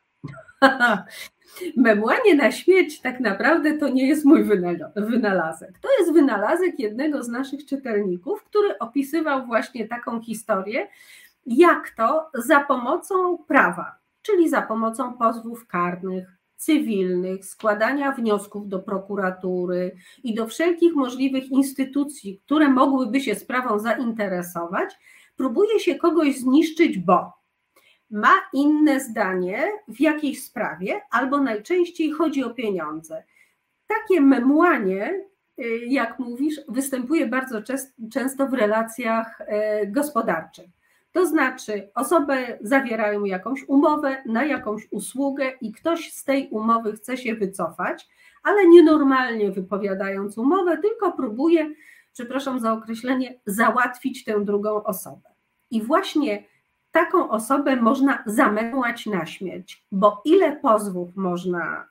Memłanie na śmierć tak naprawdę to nie jest mój wynalazek. To jest wynalazek jednego z naszych czytelników, który opisywał właśnie taką historię, jak to za pomocą prawa, czyli za pomocą pozwów karnych, cywilnych, składania wniosków do prokuratury i do wszelkich możliwych instytucji, które mogłyby się sprawą zainteresować, próbuje się kogoś zniszczyć, bo ma inne zdanie w jakiejś sprawie, albo najczęściej chodzi o pieniądze. Takie memłanie, jak mówisz, występuje bardzo często w relacjach gospodarczych. To znaczy osoby zawierają jakąś umowę na jakąś usługę i ktoś z tej umowy chce się wycofać, ale nienormalnie wypowiadając umowę, tylko próbuje przepraszam za określenie, załatwić tę drugą osobę. I właśnie taką osobę można zamęłać na śmierć, bo ile pozwów można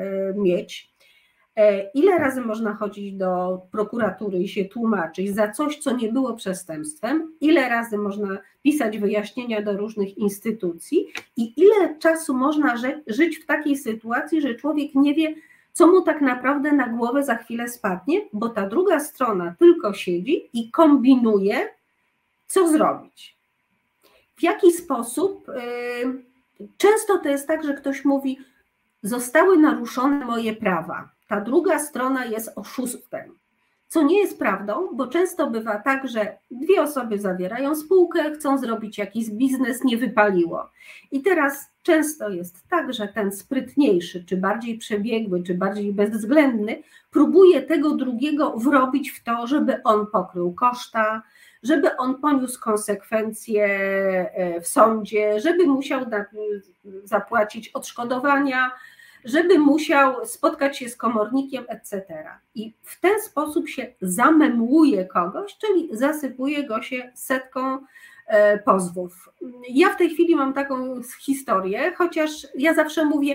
mieć, ile razy można chodzić do prokuratury i się tłumaczyć za coś, co nie było przestępstwem, ile razy można pisać wyjaśnienia do różnych instytucji i ile czasu można żyć w takiej sytuacji, że człowiek nie wie, co mu tak naprawdę na głowę za chwilę spadnie, bo ta druga strona tylko siedzi i kombinuje, co zrobić. W jaki sposób? Często to jest tak, że ktoś mówi, zostały naruszone moje prawa. Ta druga strona jest oszustem, co nie jest prawdą, bo często bywa tak, że dwie osoby zawierają spółkę, chcą zrobić jakiś biznes, nie wypaliło. I teraz często jest tak, że ten sprytniejszy, czy bardziej przebiegły, czy bardziej bezwzględny, próbuje tego drugiego wrobić w to, żeby on pokrył koszta, żeby on poniósł konsekwencje w sądzie, żeby musiał zapłacić odszkodowania, żeby musiał spotkać się z komornikiem, etc. I w ten sposób się zamemłuje kogoś, czyli zasypuje go się setką pozwów. Ja w tej chwili mam taką historię, chociaż ja zawsze mówię,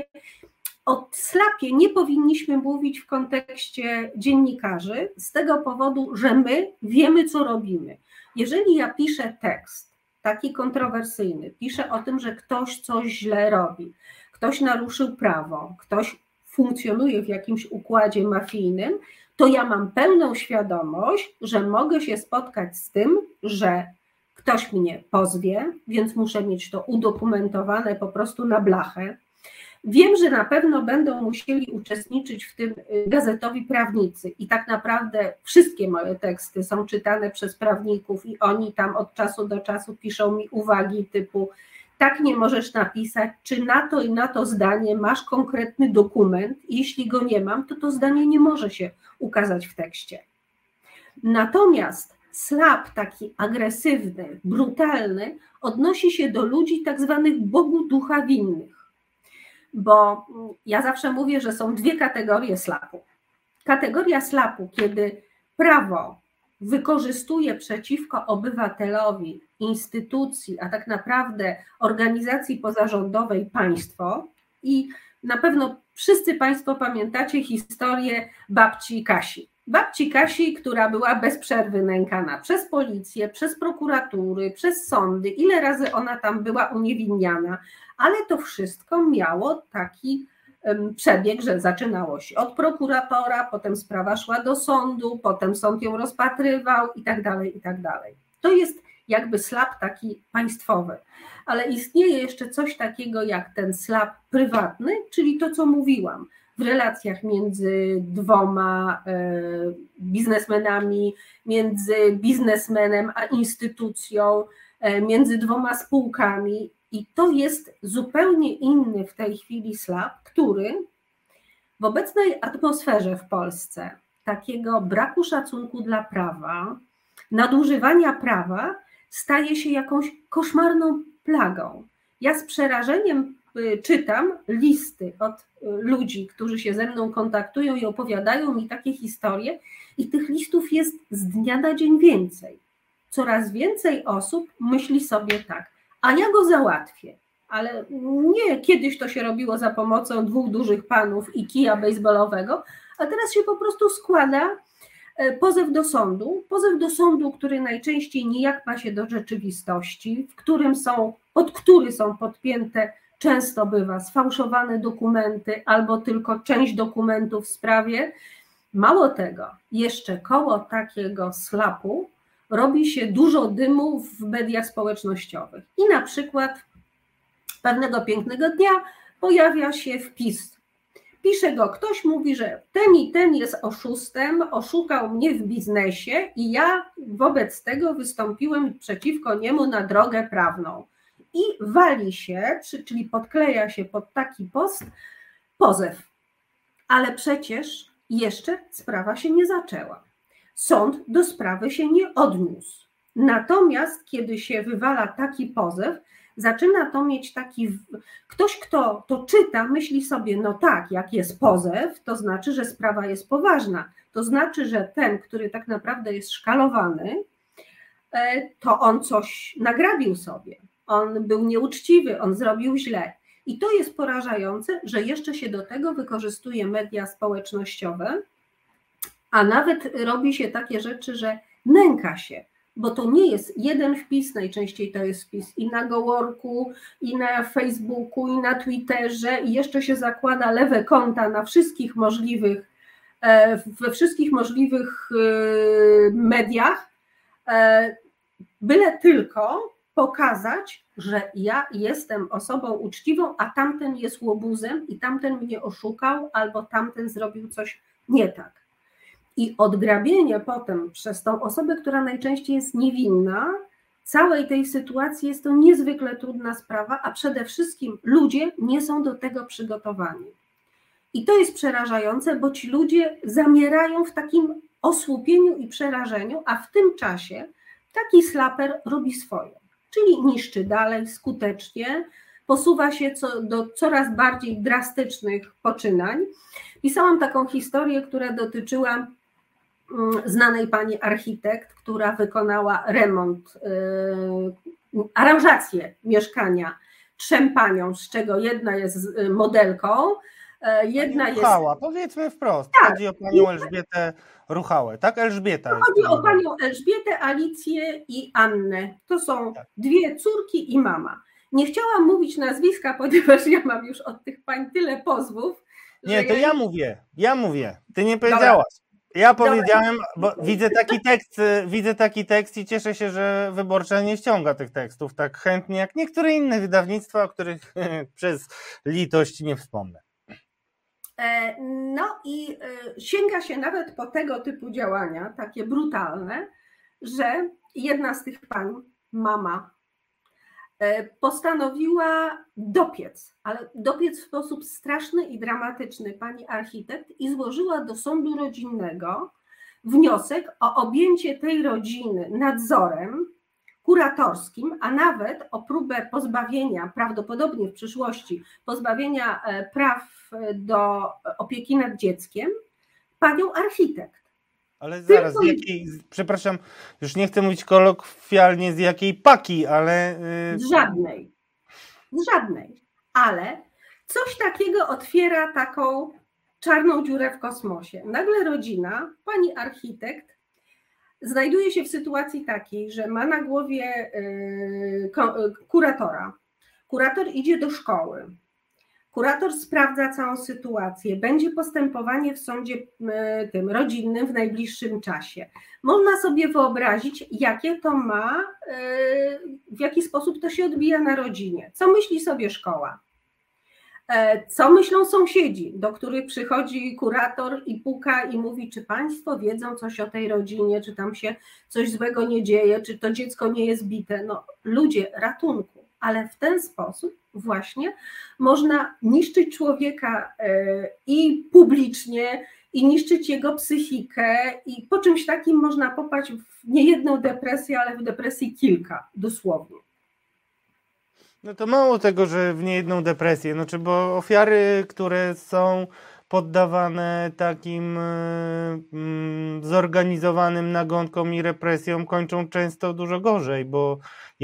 o SLAP-ie nie powinniśmy mówić w kontekście dziennikarzy z tego powodu, że my wiemy, co robimy. Jeżeli ja piszę tekst taki kontrowersyjny, piszę o tym, że ktoś coś źle robi, ktoś naruszył prawo, ktoś funkcjonuje w jakimś układzie mafijnym, to ja mam pełną świadomość, że mogę się spotkać z tym, że ktoś mnie pozwie, więc muszę mieć to udokumentowane po prostu na blachę. Wiem, że na pewno będą musieli uczestniczyć w tym gazetowi prawnicy i tak naprawdę wszystkie moje teksty są czytane przez prawników i oni tam od czasu do czasu piszą mi uwagi typu tak nie możesz napisać, czy na to i na to zdanie masz konkretny dokument, jeśli go nie mam, to to zdanie nie może się ukazać w tekście. Natomiast SLAP taki agresywny, brutalny odnosi się do ludzi tak zwanych Bogu ducha winnych. Bo ja zawsze mówię, że są dwie kategorie SLAP-u. Kategoria SLAP-u, kiedy prawo wykorzystuje przeciwko obywatelowi, instytucji, a tak naprawdę organizacji pozarządowej państwo i na pewno wszyscy Państwo pamiętacie historię babci Kasi. Babci Kasi, która była bez przerwy nękana przez policję, przez prokuratury, przez sądy, ile razy ona tam była uniewinniana, ale to wszystko miało taki przebieg, że zaczynało się od prokuratora, potem sprawa szła do sądu, potem sąd ją rozpatrywał i tak dalej, i tak dalej. To jest jakby SLAP taki państwowy, ale istnieje jeszcze coś takiego jak ten SLAP prywatny, czyli to, co mówiłam, w relacjach między dwoma biznesmenami, między biznesmenem a instytucją, między dwoma spółkami. I to jest zupełnie inny w tej chwili SLAP, który w obecnej atmosferze w Polsce takiego braku szacunku dla prawa, nadużywania prawa staje się jakąś koszmarną plagą. Ja z przerażeniem czytam listy od ludzi, którzy się ze mną kontaktują i opowiadają mi takie historie i tych listów jest z dnia na dzień więcej. Coraz więcej osób myśli sobie tak, a ja go załatwię, ale nie kiedyś to się robiło za pomocą dwóch dużych panów i kija bejsbolowego, a teraz się po prostu składa pozew do sądu, który najczęściej nijak ma się do rzeczywistości, pod który są podpięte często bywa sfałszowane dokumenty albo tylko część dokumentów w sprawie. Mało tego, jeszcze koło takiego SLAP-u robi się dużo dymu w mediach społecznościowych. I na przykład pewnego pięknego dnia pojawia się wpis. Pisze go ktoś, mówi, że ten i ten jest oszustem, oszukał mnie w biznesie i ja wobec tego wystąpiłem przeciwko niemu na drogę prawną. I wali się, czyli podkleja się pod taki post pozew. Ale przecież jeszcze sprawa się nie zaczęła. Sąd do sprawy się nie odniósł. Natomiast kiedy się wywala taki pozew, zaczyna to mieć taki... Ktoś, kto to czyta, myśli sobie, no tak, jak jest pozew, to znaczy, że sprawa jest poważna. To znaczy, że ten, który tak naprawdę jest szkalowany, to on coś nagrabił sobie, on był nieuczciwy, on zrobił źle. I to jest porażające, że jeszcze się do tego wykorzystuje media społecznościowe, a nawet robi się takie rzeczy, że nęka się, bo to nie jest jeden wpis, najczęściej to jest wpis i na Goworku, i na Facebooku, i na Twitterze, i jeszcze się zakłada lewe konta na wszystkich możliwych, we wszystkich możliwych mediach, byle tylko pokazać, że ja jestem osobą uczciwą, a tamten jest łobuzem i tamten mnie oszukał, albo tamten zrobił coś nie tak. I odgrabienie potem przez tą osobę, która najczęściej jest niewinna, całej tej sytuacji jest to niezwykle trudna sprawa, a przede wszystkim ludzie nie są do tego przygotowani. I to jest przerażające, bo ci ludzie zamierają w takim osłupieniu i przerażeniu, a w tym czasie taki slaper robi swoje, czyli niszczy dalej skutecznie, posuwa się do coraz bardziej drastycznych poczynań. Pisałam taką historię, która dotyczyła znanej pani architekt, która wykonała remont, aranżację mieszkania 3 paniom, z czego jedna jest modelką, jedna jest... Ruchała, powiedzmy wprost, tak, chodzi o panią Elżbietę Ruchałę, tak? Elżbieta jest. Chodzi o panią Elżbietę, Alicję i Annę. To są 2 córki i mama. Nie chciałam mówić nazwiska, ponieważ ja mam już od tych pań tyle pozwów. Nie, to ja mówię. Ty nie powiedziałaś. Ja powiedziałem, bo widzę taki tekst i cieszę się, że Wyborcza nie ściąga tych tekstów tak chętnie jak niektóre inne wydawnictwa, o których przez litość nie wspomnę. No i sięga się nawet po tego typu działania, takie brutalne, że jedna z tych pań, mama, postanowiła dopiec w sposób straszny i dramatyczny pani architekt i złożyła do sądu rodzinnego wniosek o objęcie tej rodziny nadzorem kuratorskim, a nawet o próbę pozbawienia, prawdopodobnie w przyszłości, pozbawienia praw do opieki nad dzieckiem panią architekt. Ale zaraz, z jakiej, przepraszam, już nie chcę mówić kolokwialnie z jakiej paki, ale... Z żadnej, ale coś takiego otwiera taką czarną dziurę w kosmosie. Nagle rodzina, pani architekt, znajduje się w sytuacji takiej, że ma na głowie kuratora. Kurator idzie do szkoły. Kurator sprawdza całą sytuację. Będzie postępowanie w sądzie tym rodzinnym w najbliższym czasie. Można sobie wyobrazić, jakie to ma, w jaki sposób to się odbija na rodzinie. Co myśli sobie szkoła? Co myślą sąsiedzi, do których przychodzi kurator i puka i mówi, czy państwo wiedzą coś o tej rodzinie, czy tam się coś złego nie dzieje, czy to dziecko nie jest bite. No ludzie, ratunku. Ale w ten sposób właśnie można niszczyć człowieka i publicznie, i niszczyć jego psychikę, i po czymś takim można popaść w niejedną depresję, ale w depresji kilka, dosłownie. No to mało tego, że w niejedną depresję, znaczy, bo ofiary, które są poddawane takim zorganizowanym nagonkom i represjom, kończą często dużo gorzej, bo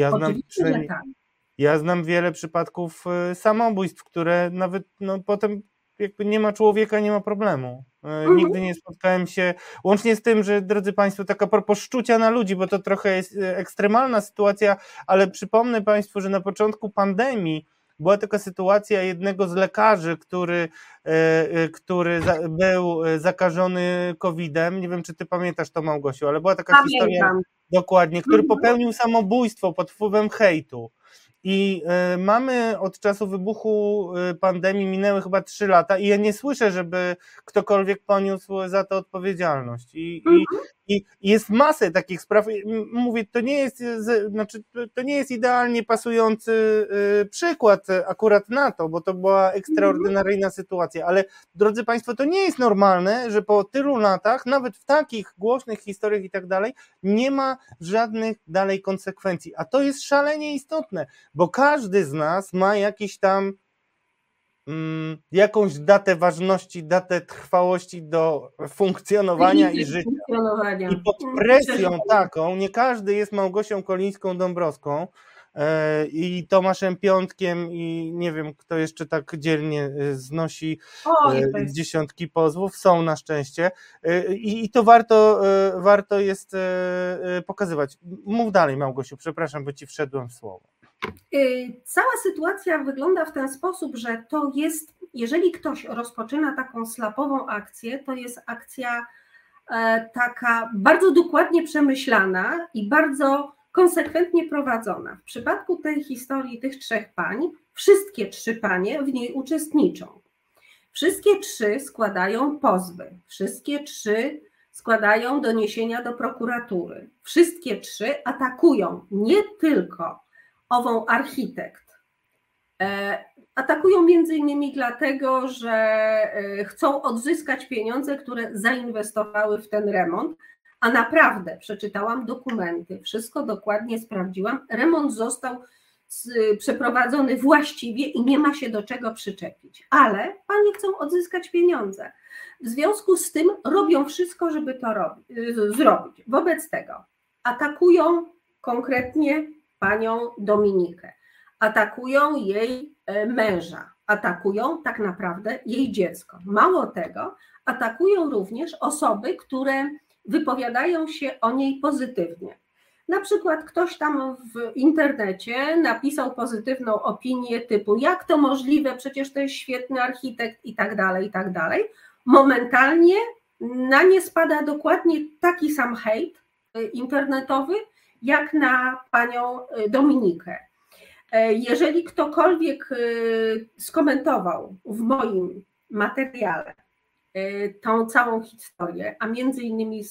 ja znam wiele przypadków samobójstw, które nawet potem jakby nie ma człowieka, nie ma problemu. Nigdy nie spotkałem się, łącznie z tym, że drodzy Państwo, taka propos szczucia na ludzi, bo to trochę jest ekstremalna sytuacja, ale przypomnę Państwu, że na początku pandemii była taka sytuacja jednego z lekarzy, który był zakażony COVID-em. Nie wiem, czy ty pamiętasz to, Małgosiu, ale była taka historia, dokładnie, który popełnił samobójstwo pod wpływem hejtu. I mamy od czasu wybuchu pandemii, minęły chyba 3 lata i ja nie słyszę, żeby ktokolwiek poniósł za to odpowiedzialność. I jest masę takich spraw. Mówię, to nie jest idealnie pasujący przykład akurat na to, bo to była ekstraordynaryjna sytuacja, ale drodzy Państwo, to nie jest normalne, że po tylu latach, nawet w takich głośnych historiach i tak dalej, nie ma żadnych dalej konsekwencji, a to jest szalenie istotne, bo każdy z nas ma jakiś tam jakąś datę ważności, datę trwałości do funkcjonowania i życia. I pod presją taką, nie każdy jest Małgosią Kolińską-Dąbrowską i Tomaszem Piątkiem i nie wiem, kto jeszcze tak dzielnie znosi dziesiątki pozwów, są na szczęście i to warto jest pokazywać. Mów dalej, Małgosiu, przepraszam, bo ci wszedłem w słowo. Cała sytuacja wygląda w ten sposób, że to jest, jeżeli ktoś rozpoczyna taką slapową akcję, to jest akcja taka bardzo dokładnie przemyślana i bardzo konsekwentnie prowadzona. W przypadku tej historii tych 3 pań, wszystkie 3 panie w niej uczestniczą. Wszystkie 3 składają pozwy, wszystkie 3 składają doniesienia do prokuratury, wszystkie 3 atakują nie tylko ową architekt. Atakują między innymi dlatego, że chcą odzyskać pieniądze, które zainwestowały w ten remont, a naprawdę przeczytałam dokumenty, wszystko dokładnie sprawdziłam, remont został przeprowadzony właściwie i nie ma się do czego przyczepić, ale panie chcą odzyskać pieniądze. W związku z tym robią wszystko, żeby to zrobić. Wobec tego atakują konkretnie panią Dominikę, atakują jej męża, atakują tak naprawdę jej dziecko. Mało tego, atakują również osoby, które wypowiadają się o niej pozytywnie. Na przykład ktoś tam w internecie napisał pozytywną opinię typu jak to możliwe, przecież to jest świetny architekt i tak dalej, i tak dalej. Momentalnie na nie spada dokładnie taki sam hejt internetowy, jak na panią Dominikę. Jeżeli ktokolwiek skomentował w moim materiale tą całą historię, a między innymi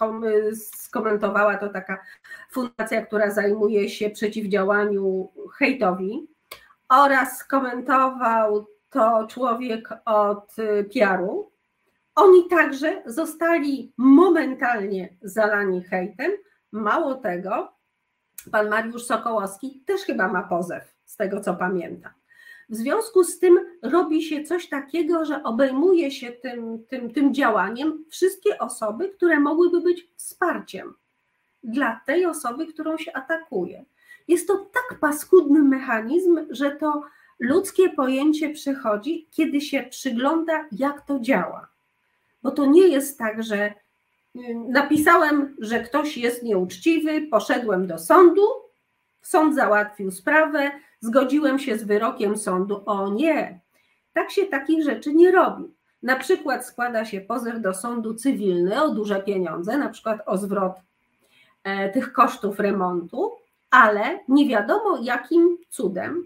skomentowała to taka fundacja, która zajmuje się przeciwdziałaniu hejtowi, oraz skomentował to człowiek od PR-u, oni także zostali momentalnie zalani hejtem. Mało tego, pan Mariusz Sokołowski też chyba ma pozew, z tego co pamiętam. W związku z tym robi się coś takiego, że obejmuje się tym działaniem wszystkie osoby, które mogłyby być wsparciem dla tej osoby, którą się atakuje. Jest to tak paskudny mechanizm, że to ludzkie pojęcie przychodzi, kiedy się przygląda, jak to działa. Bo to nie jest tak, że napisałem, że ktoś jest nieuczciwy, poszedłem do sądu, sąd załatwił sprawę, zgodziłem się z wyrokiem sądu. O nie, tak się takich rzeczy nie robi. Na przykład składa się pozew do sądu cywilny o duże pieniądze, na przykład o zwrot tych kosztów remontu, ale nie wiadomo jakim cudem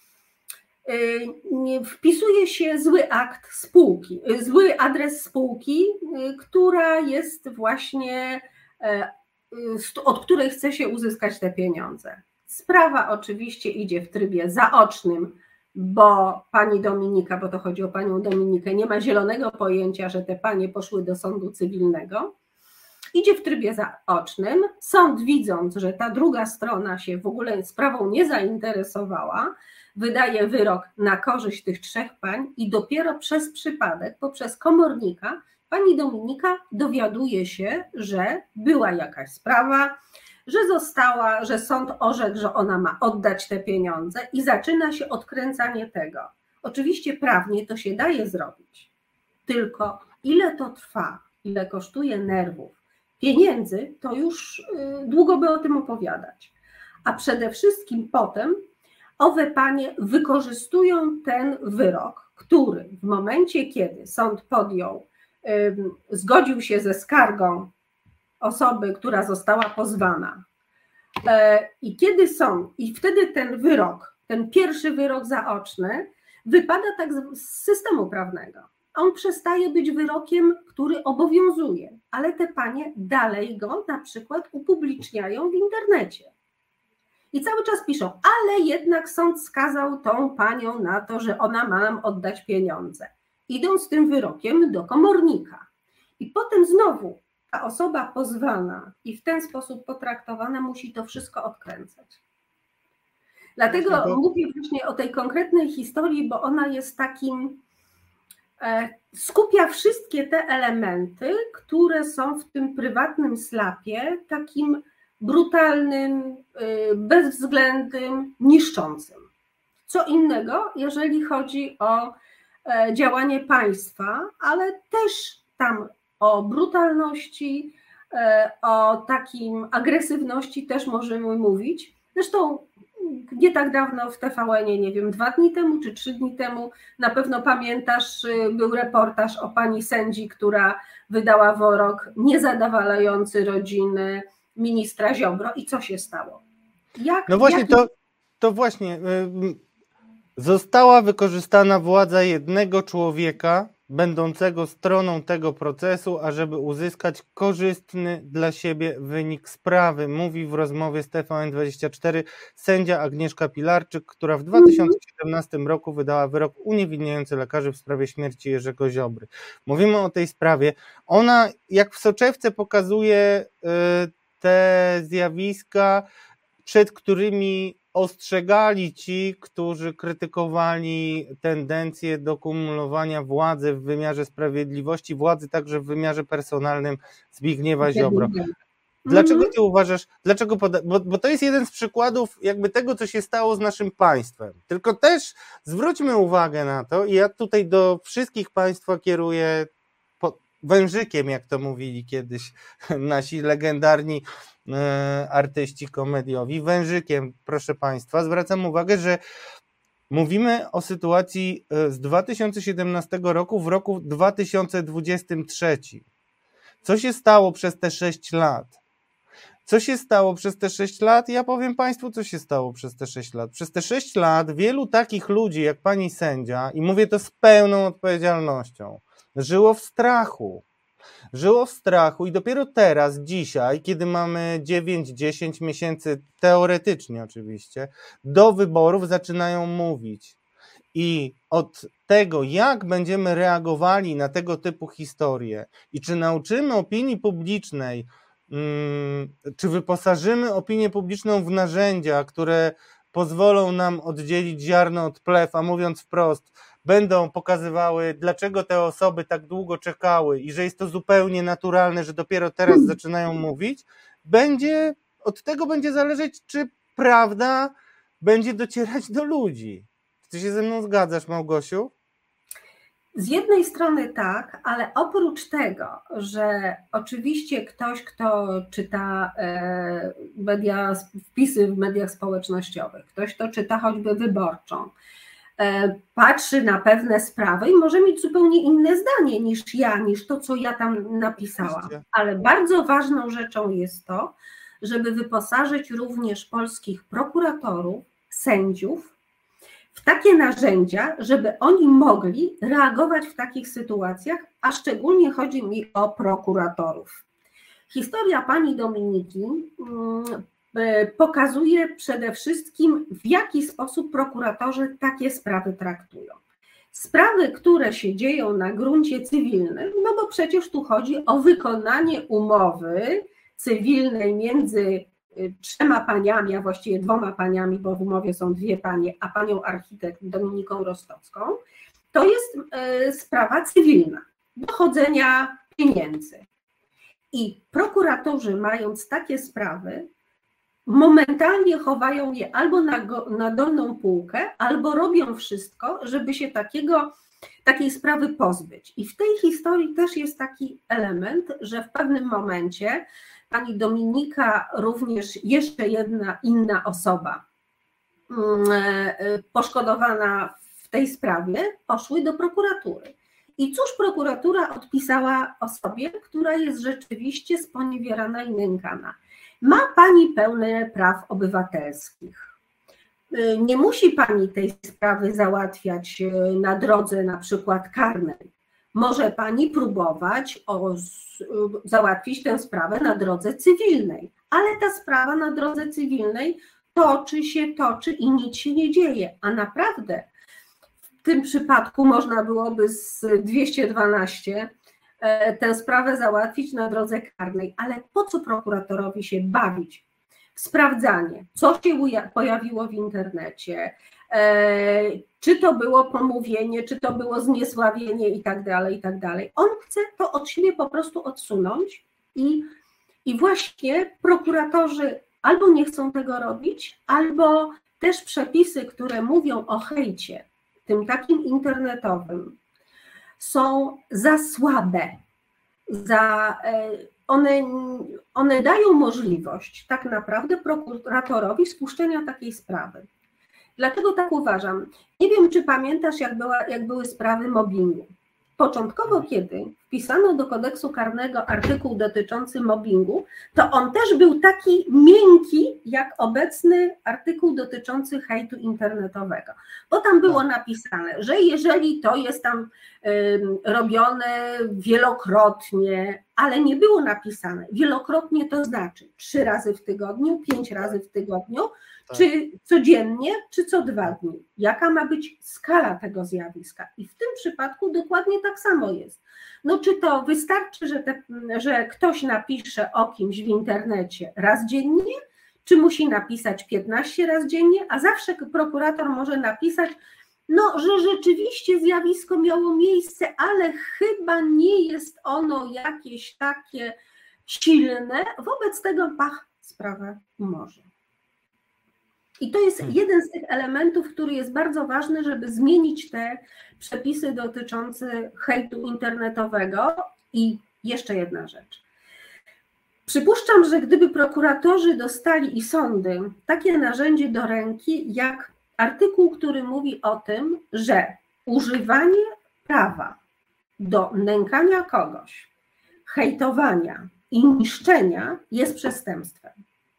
wpisuje się zły akt spółki, zły adres spółki, która jest właśnie, od której chce się uzyskać te pieniądze. Sprawa oczywiście idzie w trybie zaocznym, bo pani Dominika, bo to chodzi o panią Dominikę, nie ma zielonego pojęcia, że te panie poszły do sądu cywilnego. Idzie w trybie zaocznym. Sąd, widząc, że ta druga strona się w ogóle sprawą nie zainteresowała, wydaje wyrok na korzyść tych 3 pań i dopiero przez przypadek, poprzez komornika, pani Dominika dowiaduje się, że była jakaś sprawa, że sąd orzekł, że ona ma oddać te pieniądze i zaczyna się odkręcanie tego. Oczywiście prawnie to się daje zrobić, tylko ile to trwa, ile kosztuje nerwów, pieniędzy, to już długo by o tym opowiadać. A przede wszystkim potem owe panie wykorzystują ten wyrok, który w momencie, kiedy sąd zgodził się ze skargą osoby, która została pozwana, i wtedy ten wyrok, ten pierwszy wyrok zaoczny wypada tak z systemu prawnego. On przestaje być wyrokiem, który obowiązuje, ale te panie dalej go na przykład upubliczniają w internecie. I cały czas piszą, ale jednak sąd skazał tą panią na to, że ona ma nam oddać pieniądze. Idą z tym wyrokiem do komornika. I potem znowu ta osoba pozwana i w ten sposób potraktowana musi to wszystko odkręcać. Dlatego mówię właśnie o tej konkretnej historii, bo ona jest takim, skupia wszystkie te elementy, które są w tym prywatnym slapie, takim brutalnym, bezwzględnym, niszczącym. Co innego, jeżeli chodzi o działanie państwa, ale też tam o brutalności, o takim agresywności też możemy mówić. Zresztą nie tak dawno w TVN-ie, nie wiem, 2 dni temu czy 3 dni temu, na pewno pamiętasz, był reportaż o pani sędzi, która wydała wyrok niezadowalający rodziny ministra Ziobro. I co się stało? No właśnie, to właśnie została wykorzystana władza jednego człowieka, będącego stroną tego procesu, ażeby uzyskać korzystny dla siebie wynik sprawy, mówi w rozmowie z TVN24 sędzia Agnieszka Pilarczyk, która w 2017 roku wydała wyrok uniewinniający lekarzy w sprawie śmierci Jerzego Ziobry. Mówimy o tej sprawie. Ona jak w soczewce pokazuje te zjawiska, przed którymi ostrzegali ci, którzy krytykowali tendencję do kumulowania władzy w wymiarze sprawiedliwości, władzy także w wymiarze personalnym Zbigniewa Ziobro. Dlaczego ty uważasz, bo to jest jeden z przykładów jakby tego, co się stało z naszym państwem. Tylko też zwróćmy uwagę na to, i ja tutaj do wszystkich państwa kieruję wężykiem, jak to mówili kiedyś nasi legendarni artyści komediowi, wężykiem, proszę państwa, zwracam uwagę, że mówimy o sytuacji z 2017 roku w roku 2023. Co się stało przez te 6 lat? Co się stało przez te 6 lat? Ja powiem państwu, co się stało przez te 6 lat. Przez te 6 lat wielu takich ludzi jak pani sędzia, i mówię to z pełną odpowiedzialnością, żyło w strachu. Żyło w strachu i dopiero teraz, dzisiaj, kiedy mamy 9-10 miesięcy, teoretycznie oczywiście, do wyborów zaczynają mówić. I od tego, jak będziemy reagowali na tego typu historie i czy nauczymy opinii publicznej, czy wyposażymy opinię publiczną w narzędzia, które pozwolą nam oddzielić ziarno od plew, a mówiąc wprost, będą pokazywały, dlaczego te osoby tak długo czekały i że jest to zupełnie naturalne, że dopiero teraz zaczynają mówić, od tego będzie zależeć, czy prawda będzie docierać do ludzi. Czy ty się ze mną zgadzasz, Małgosiu? Z jednej strony tak, ale oprócz tego, że oczywiście ktoś, kto czyta wpisy w mediach społecznościowych, ktoś, kto czyta choćby Wyborczą, patrzy na pewne sprawy i może mieć zupełnie inne zdanie niż ja, niż to, co ja tam napisałam. Ale bardzo ważną rzeczą jest to, żeby wyposażyć również polskich prokuratorów, sędziów w takie narzędzia, żeby oni mogli reagować w takich sytuacjach, a szczególnie chodzi mi o prokuratorów. Historia pani Dominiki pokazuje przede wszystkim, w jaki sposób prokuratorzy takie sprawy traktują. Sprawy, które się dzieją na gruncie cywilnym, no bo przecież tu chodzi o wykonanie umowy cywilnej między 3 paniami, a właściwie 2 paniami, bo w umowie są 2 panie, a panią architekt Dominiką Rostocką, to jest sprawa cywilna, dochodzenia pieniędzy. I prokuratorzy, mając takie sprawy, momentalnie chowają je albo na dolną półkę, albo robią wszystko, żeby się takiej sprawy pozbyć. I w tej historii też jest taki element, że w pewnym momencie pani Dominika, również jeszcze jedna inna osoba poszkodowana w tej sprawie, poszły do prokuratury. I cóż prokuratura odpisała osobie, która jest rzeczywiście sponiewierana i nękana? Ma pani pełne praw obywatelskich. Nie musi pani tej sprawy załatwiać na drodze na przykład karnej. Może pani próbować załatwić tę sprawę na drodze cywilnej, ale ta sprawa na drodze cywilnej toczy i nic się nie dzieje, a naprawdę w tym przypadku można byłoby z 212 tę sprawę załatwić na drodze karnej, ale po co prokuratorowi się bawić w sprawdzanie, co się pojawiło w internecie, czy to było pomówienie, czy to było zniesławienie i tak dalej, i tak dalej. On chce to od siebie po prostu odsunąć i właśnie prokuratorzy albo nie chcą tego robić, albo też przepisy, które mówią o hejcie, tym takim internetowym, są za słabe. One dają możliwość tak naprawdę prokuratorowi spuszczenia takiej sprawy. Dlatego tak uważam. Nie wiem, czy pamiętasz, jak były sprawy mobbingu. Początkowo, kiedy wpisano do kodeksu karnego artykuł dotyczący mobbingu, to on też był taki miękki, jak obecny artykuł dotyczący hejtu internetowego. Bo tam było napisane, że jeżeli to jest tam robione wielokrotnie, ale nie było napisane, wielokrotnie to znaczy 3 razy w tygodniu, 5 razy w tygodniu, czy codziennie, czy co 2 dni. Jaka ma być skala tego zjawiska? I w tym przypadku dokładnie tak samo jest. No czy to wystarczy, że ktoś napisze o kimś w internecie raz dziennie, czy musi napisać 15 razy dziennie, a zawsze prokurator może napisać, no, że rzeczywiście zjawisko miało miejsce, ale chyba nie jest ono jakieś takie silne, wobec tego sprawa umorze. I to jest jeden z tych elementów, który jest bardzo ważny, żeby zmienić te przepisy dotyczące hejtu internetowego. I jeszcze jedna rzecz. Przypuszczam, że gdyby prokuratorzy dostali i sądy takie narzędzie do ręki, jak artykuł, który mówi o tym, że używanie prawa do nękania kogoś, hejtowania i niszczenia jest przestępstwem.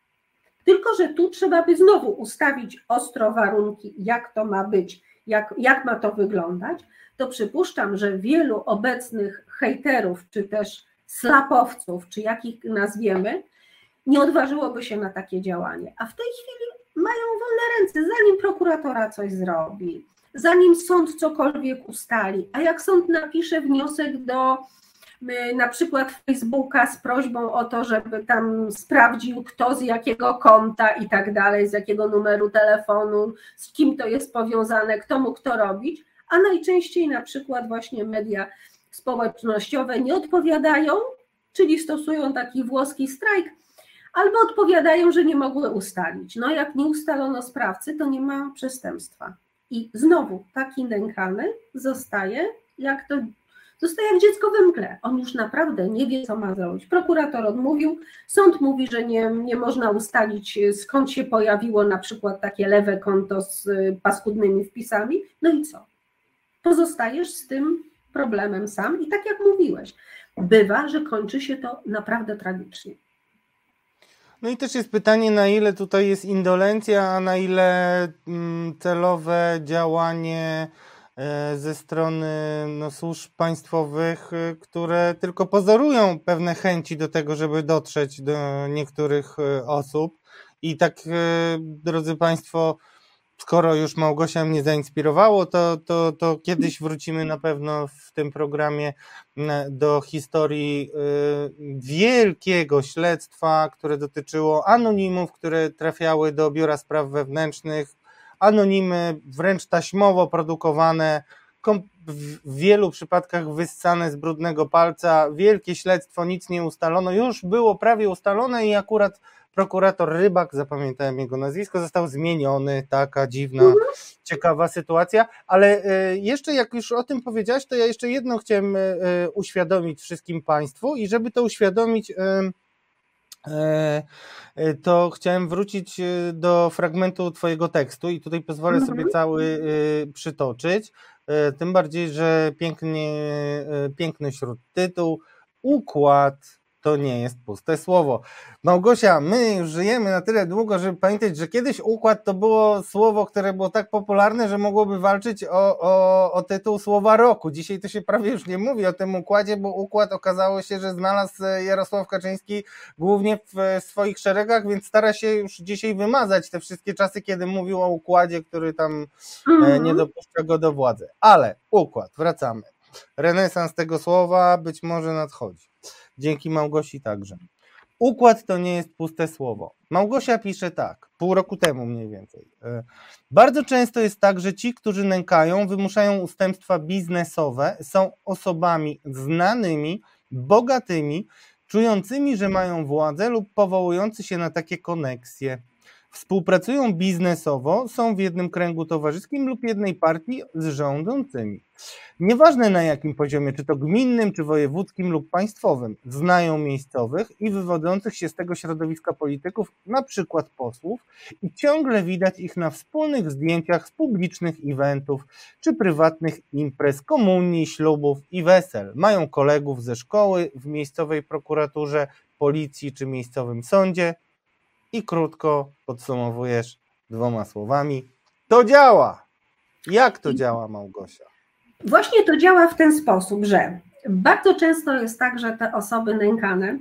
Tylko że tu trzeba by znowu ustawić ostro warunki, jak to ma być, jak ma to wyglądać, to przypuszczam, że wielu obecnych hejterów, czy też slapowców, czy jakich nazwiemy, nie odważyłoby się na takie działanie. A w tej chwili mają wolne ręce, zanim prokuratora coś zrobi, zanim sąd cokolwiek ustali, a jak sąd napisze wniosek do na przykład Facebooka z prośbą o to, żeby tam sprawdził, kto z jakiego konta i tak dalej, z jakiego numeru telefonu, z kim to jest powiązane, kto mógł to robić, a najczęściej na przykład właśnie media społecznościowe nie odpowiadają, czyli stosują taki włoski strajk, albo odpowiadają, że nie mogły ustalić. No jak nie ustalono sprawcy, to nie ma przestępstwa. I znowu taki nękany zostaje jak dziecko we mgle. On już naprawdę nie wie, co ma zrobić. Prokurator odmówił, sąd mówi, że nie można ustalić, skąd się pojawiło na przykład takie lewe konto z paskudnymi wpisami. No i co? Pozostajesz z tym problemem sam i tak jak mówiłeś, bywa, że kończy się to naprawdę tragicznie. No i też jest pytanie, na ile tutaj jest indolencja, a na ile celowe działanie ze strony służb państwowych, które tylko pozorują pewne chęci do tego, żeby dotrzeć do niektórych osób. I tak, drodzy Państwo, skoro już Małgosia mnie zainspirowało, to kiedyś wrócimy na pewno w tym programie do historii wielkiego śledztwa, które dotyczyło anonimów, które trafiały do Biura Spraw Wewnętrznych, anonimy wręcz taśmowo produkowane, w wielu przypadkach wyssane z brudnego palca, wielkie śledztwo, nic nie ustalono, już było prawie ustalone i akurat prokurator Rybak, zapamiętałem jego nazwisko, został zmieniony, taka dziwna, ciekawa sytuacja, ale jeszcze jak już o tym powiedziałaś, to ja jeszcze jedno chciałem uświadomić wszystkim Państwu i żeby to uświadomić, to chciałem wrócić do fragmentu Twojego tekstu i tutaj pozwolę sobie cały przytoczyć, tym bardziej, że piękny śródtytuł, układ to nie jest puste słowo. Małgosia, my już żyjemy na tyle długo, żeby pamiętać, że kiedyś układ to było słowo, które było tak popularne, że mogłoby walczyć o tytuł słowa roku. Dzisiaj to się prawie już nie mówi o tym układzie, bo układ okazało się, że znalazł Jarosław Kaczyński głównie w swoich szeregach, więc stara się już dzisiaj wymazać te wszystkie czasy, kiedy mówił o układzie, który tam nie dopuszcza go do władzy. Ale układ, wracamy. Renesans tego słowa być może nadchodzi. Dzięki Małgosi także. Układ to nie jest puste słowo. Małgosia pisze tak, pół roku temu mniej więcej. Bardzo często jest tak, że ci, którzy nękają, wymuszają ustępstwa biznesowe, są osobami znanymi, bogatymi, czującymi, że mają władzę lub powołujący się na takie koneksje. Współpracują biznesowo, są w jednym kręgu towarzyskim lub jednej partii z rządzącymi. Nieważne na jakim poziomie, czy to gminnym, czy wojewódzkim lub państwowym, znają miejscowych i wywodzących się z tego środowiska polityków, na przykład posłów, i ciągle widać ich na wspólnych zdjęciach z publicznych eventów, czy prywatnych imprez, komunii, ślubów i wesel. Mają kolegów ze szkoły, w miejscowej prokuraturze, policji czy miejscowym sądzie. I krótko podsumowujesz 2 słowami. To działa! Jak to działa, Małgosia? Właśnie to działa w ten sposób, że bardzo często jest tak, że te osoby nękane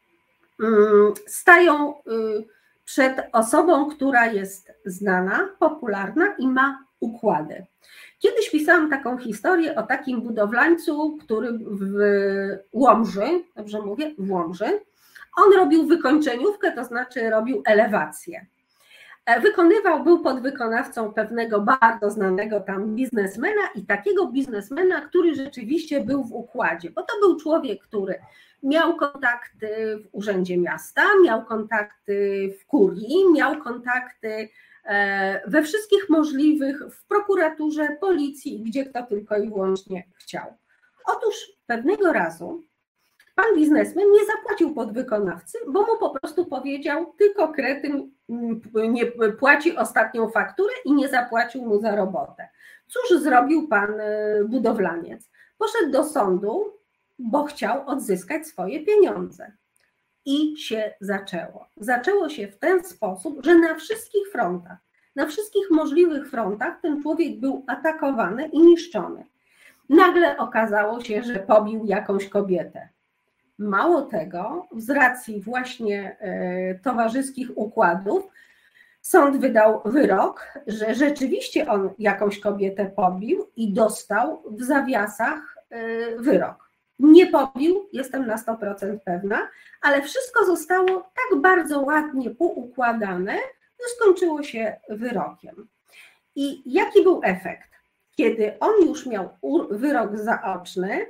stają przed osobą, która jest znana, popularna i ma układy. Kiedyś pisałam taką historię o takim budowlańcu, który w Łomży, dobrze mówię, w Łomży, on robił wykończeniówkę, to znaczy robił elewację. Był podwykonawcą pewnego bardzo znanego tam biznesmena i takiego biznesmena, który rzeczywiście był w układzie, bo to był człowiek, który miał kontakty w Urzędzie Miasta, miał kontakty w kurii, miał kontakty we wszystkich możliwych, w prokuraturze, policji, gdzie kto tylko i wyłącznie chciał. Otóż pewnego razu pan biznesmen nie zapłacił podwykonawcy, bo mu po prostu powiedział, tylko kretyn nie płaci ostatnią fakturę i nie zapłacił mu za robotę. Cóż zrobił pan budowlaniec? Poszedł do sądu, bo chciał odzyskać swoje pieniądze. I się zaczęło. Zaczęło się w ten sposób, że na wszystkich możliwych frontach ten człowiek był atakowany i niszczony. Nagle okazało się, że pobił jakąś kobietę. Mało tego, z racji właśnie towarzyskich układów, sąd wydał wyrok, że rzeczywiście on jakąś kobietę pobił i dostał w zawiasach wyrok. Nie pobił, jestem na 100% pewna, ale wszystko zostało tak bardzo ładnie poukładane, że skończyło się wyrokiem. I jaki był efekt? Kiedy on już miał wyrok zaoczny,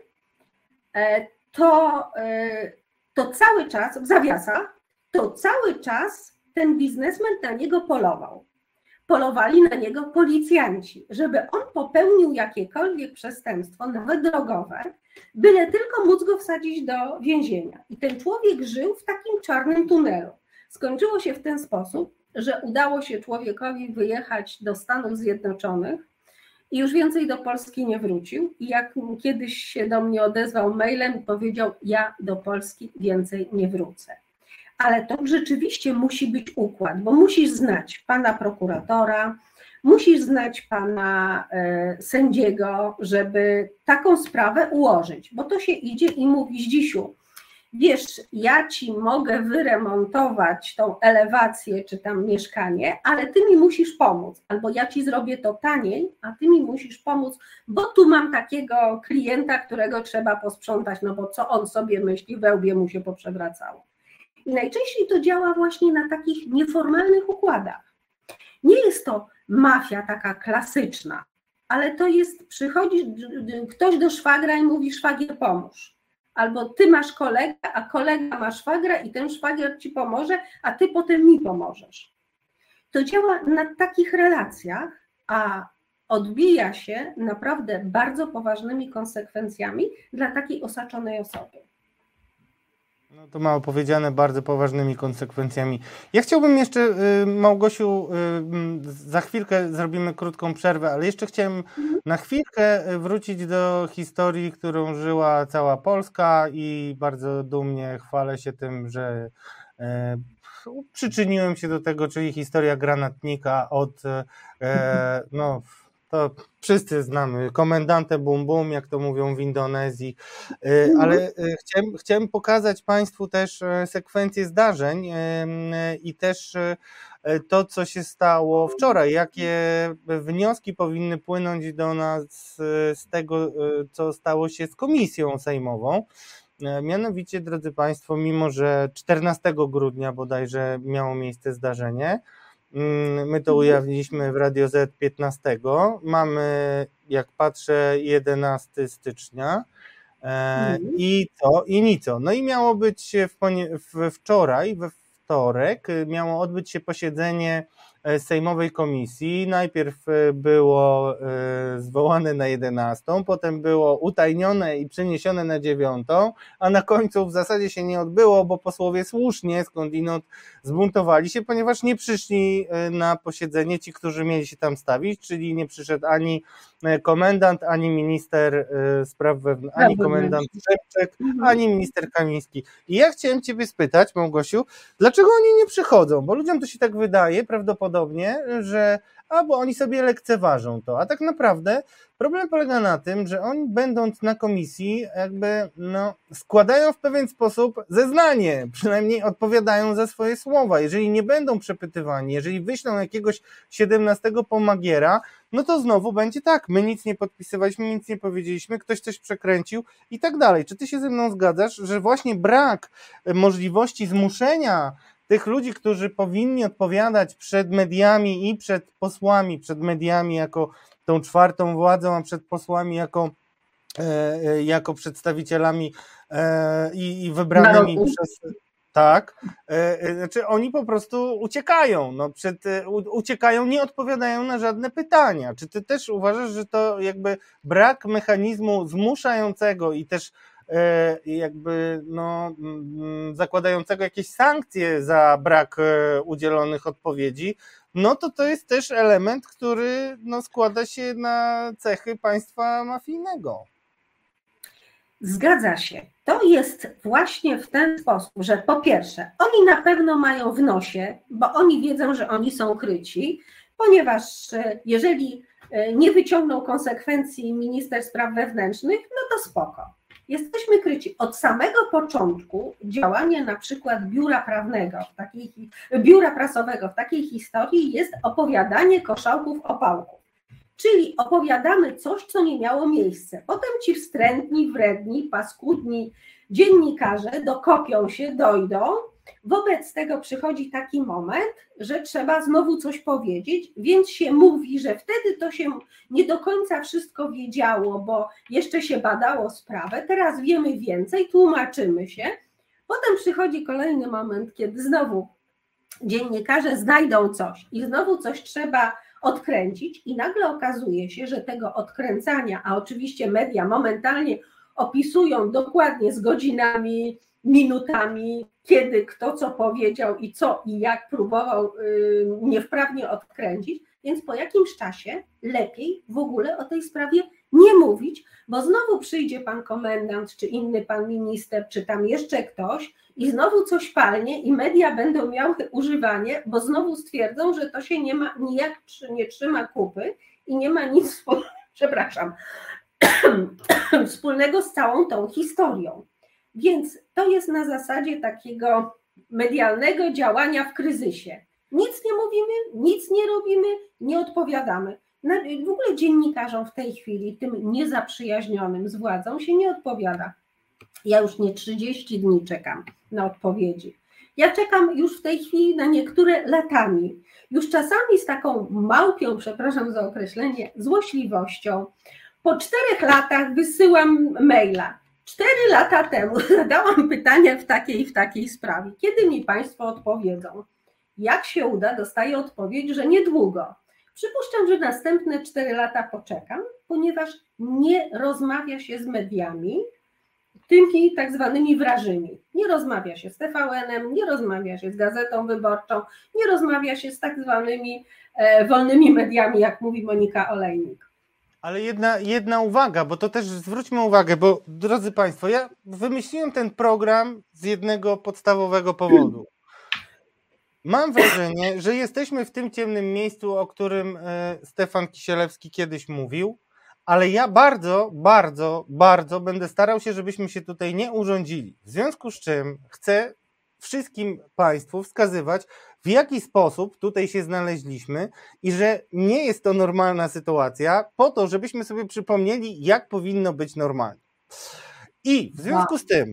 to cały czas, w zawiasach, to cały czas ten biznesmen na niego polował. Polowali na niego policjanci, żeby on popełnił jakiekolwiek przestępstwo, nawet drogowe, byle tylko móc go wsadzić do więzienia. I ten człowiek żył w takim czarnym tunelu. Skończyło się w ten sposób, że udało się człowiekowi wyjechać do Stanów Zjednoczonych i już więcej do Polski nie wrócił. I jak kiedyś się do mnie odezwał mailem, powiedział: ja do Polski więcej nie wrócę. Ale to rzeczywiście musi być układ, bo musisz znać pana prokuratora, musisz znać pana sędziego, żeby taką sprawę ułożyć, bo to się idzie i mówi: Zdzisiu, wiesz, ja ci mogę wyremontować tą elewację czy tam mieszkanie, ale ty mi musisz pomóc, albo ja ci zrobię to taniej, a ty mi musisz pomóc, bo tu mam takiego klienta, którego trzeba posprzątać, no bo co on sobie myśli, we łbie mu się poprzewracało. I najczęściej to działa właśnie na takich nieformalnych układach. Nie jest to mafia taka klasyczna, ale to jest, przychodzi ktoś do szwagra i mówi: szwagier, pomóż. Albo ty masz kolegę, a kolega ma szwagra i ten szwagier ci pomoże, a ty potem mi pomożesz. To działa na takich relacjach, a odbija się naprawdę bardzo poważnymi konsekwencjami dla takiej osaczonej osoby. No to mało powiedziane, bardzo poważnymi konsekwencjami. Ja chciałbym jeszcze, Małgosiu, za chwilkę zrobimy krótką przerwę, ale jeszcze chciałem na chwilkę wrócić do historii, którą żyła cała Polska, i bardzo dumnie chwalę się tym, że przyczyniłem się do tego, czyli historia granatnika od, no to wszyscy znamy, komendante bum bum, jak to mówią w Indonezji, ale chciałem pokazać Państwu też sekwencję zdarzeń i też to, co się stało wczoraj, jakie wnioski powinny płynąć do nas z tego, co stało się z komisją sejmową. Mianowicie, drodzy Państwo, mimo że 14 grudnia bodajże miało miejsce zdarzenie, my to ujawniliśmy w Radio Z 15, mamy, jak patrzę, 11 stycznia i co? I nico. No i miało być wczoraj, we wtorek, miało odbyć się posiedzenie Sejmowej Komisji. Najpierw było zwołane na 11, potem było utajnione i przeniesione na 9, a na końcu w zasadzie się nie odbyło, bo posłowie słusznie skądinąd zbuntowali się, ponieważ nie przyszli na posiedzenie ci, którzy mieli się tam stawić, czyli nie przyszedł ani komendant, ani minister spraw wewnętrznych, ani komendant Szewczek, ani minister Kamiński. I ja chciałem Ciebie spytać, Małgosiu, dlaczego oni nie przychodzą? Bo ludziom to się tak wydaje prawdopodobnie, że bo oni sobie lekceważą to, a tak naprawdę problem polega na tym, że oni, będąc na komisji, jakby składają w pewien sposób zeznanie, przynajmniej odpowiadają za swoje słowa. Jeżeli nie będą przepytywani, jeżeli wyślą jakiegoś 17 pomagiera, no to znowu będzie tak, my nic nie podpisywaliśmy, nic nie powiedzieliśmy, ktoś coś przekręcił i tak dalej. Czy ty się ze mną zgadzasz, że właśnie brak możliwości zmuszenia tych ludzi, którzy powinni odpowiadać przed mediami i przed posłami, przed mediami jako tą czwartą władzą, a przed posłami jako przedstawicielami i wybranymi przez... Tak, znaczy oni po prostu uciekają, uciekają, nie odpowiadają na żadne pytania. Czy ty też uważasz, że to jakby brak mechanizmu zmuszającego i też jakby zakładającego jakieś sankcje za brak udzielonych odpowiedzi, to jest też element, który składa się na cechy państwa mafijnego. Zgadza się. To jest właśnie w ten sposób, że po pierwsze, oni na pewno mają w nosie, bo oni wiedzą, że oni są kryci, ponieważ jeżeli nie wyciągną konsekwencji minister spraw wewnętrznych, no to spoko. Jesteśmy kryci. Od samego początku działania na przykład biura prasowego w takiej historii jest opowiadanie koszałków opałków. Czyli opowiadamy coś, co nie miało miejsca. Potem ci wstrętni, wredni, paskudni dziennikarze dokopią się, dojdą. Wobec tego przychodzi taki moment, że trzeba znowu coś powiedzieć, więc się mówi, że wtedy to się nie do końca wszystko wiedziało, bo jeszcze się badało sprawę, teraz wiemy więcej, tłumaczymy się. Potem przychodzi kolejny moment, kiedy znowu dziennikarze znajdą coś i znowu coś trzeba odkręcić i nagle okazuje się, że tego odkręcania, a oczywiście media momentalnie opisują dokładnie z godzinami, minutami, kiedy kto co powiedział i co i jak próbował niewprawnie odkręcić, więc po jakimś czasie lepiej w ogóle o tej sprawie nie mówić, bo znowu przyjdzie pan komendant, czy inny pan minister, czy tam jeszcze ktoś i znowu coś palnie i media będą miały używanie, bo znowu stwierdzą, że to się nijak nie trzyma kupy i nie ma nic wspólnego z całą tą historią. Więc to jest na zasadzie takiego medialnego działania w kryzysie. Nic nie mówimy, nic nie robimy, nie odpowiadamy. W ogóle dziennikarzom w tej chwili, tym niezaprzyjaźnionym z władzą się nie odpowiada. Ja już nie 30 dni czekam na odpowiedzi. Ja czekam już w tej chwili na niektóre latami. Już czasami z taką małpią, przepraszam za określenie, złośliwością. Po 4 latach wysyłam maila. 4 lata temu zadałam pytanie w takiej sprawie. Kiedy mi Państwo odpowiedzą? Jak się uda, dostaję odpowiedź, że niedługo. Przypuszczam, że następne 4 lata poczekam, ponieważ nie rozmawia się z mediami, tymi tak zwanymi wrażymi. Nie rozmawia się z TVN-em, nie rozmawia się z Gazetą Wyborczą, nie rozmawia się z tak zwanymi wolnymi mediami, jak mówi Monika Olejnik. Ale jedna uwaga, bo to też zwróćmy uwagę, bo drodzy Państwo, ja wymyśliłem ten program z jednego podstawowego powodu. Mam wrażenie, że jesteśmy w tym ciemnym miejscu, o którym Stefan Kisielewski kiedyś mówił, ale ja bardzo, bardzo, bardzo będę starał się, żebyśmy się tutaj nie urządzili. W związku z czym chcę wszystkim Państwu wskazywać, w jaki sposób tutaj się znaleźliśmy i że nie jest to normalna sytuacja, po to, żebyśmy sobie przypomnieli, jak powinno być normalnie. I w związku z tym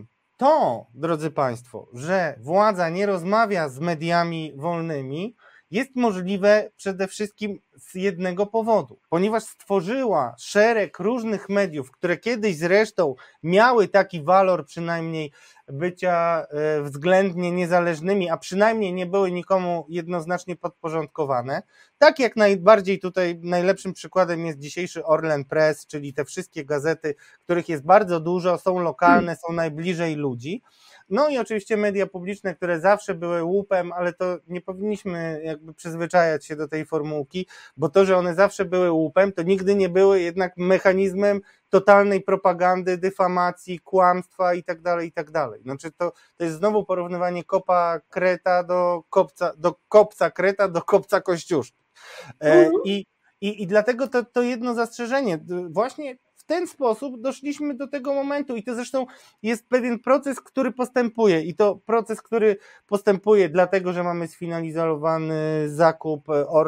to, drodzy Państwo, że władza nie rozmawia z mediami wolnymi, jest możliwe przede wszystkim z jednego powodu, ponieważ stworzyła szereg różnych mediów, które kiedyś zresztą miały taki walor przynajmniej bycia względnie niezależnymi, a przynajmniej nie były nikomu jednoznacznie podporządkowane. Tak jak najbardziej tutaj najlepszym przykładem jest dzisiejszy Orlen Press, czyli te wszystkie gazety, których jest bardzo dużo, są lokalne, są najbliżej ludzi. No i oczywiście media publiczne, które zawsze były łupem, ale to nie powinniśmy jakby przyzwyczajać się do tej formułki, bo to, że one zawsze były łupem, to nigdy nie były jednak mechanizmem totalnej propagandy, dyfamacji, kłamstwa i tak dalej, i tak dalej. Znaczy to jest znowu porównywanie kopa Kreta do kopca Kreta do kopca Kościuszki. I dlatego to jedno zastrzeżenie. Właśnie w ten sposób doszliśmy do tego momentu i to zresztą jest pewien proces, który postępuje i to proces, który postępuje dlatego, że mamy sfinalizowany zakup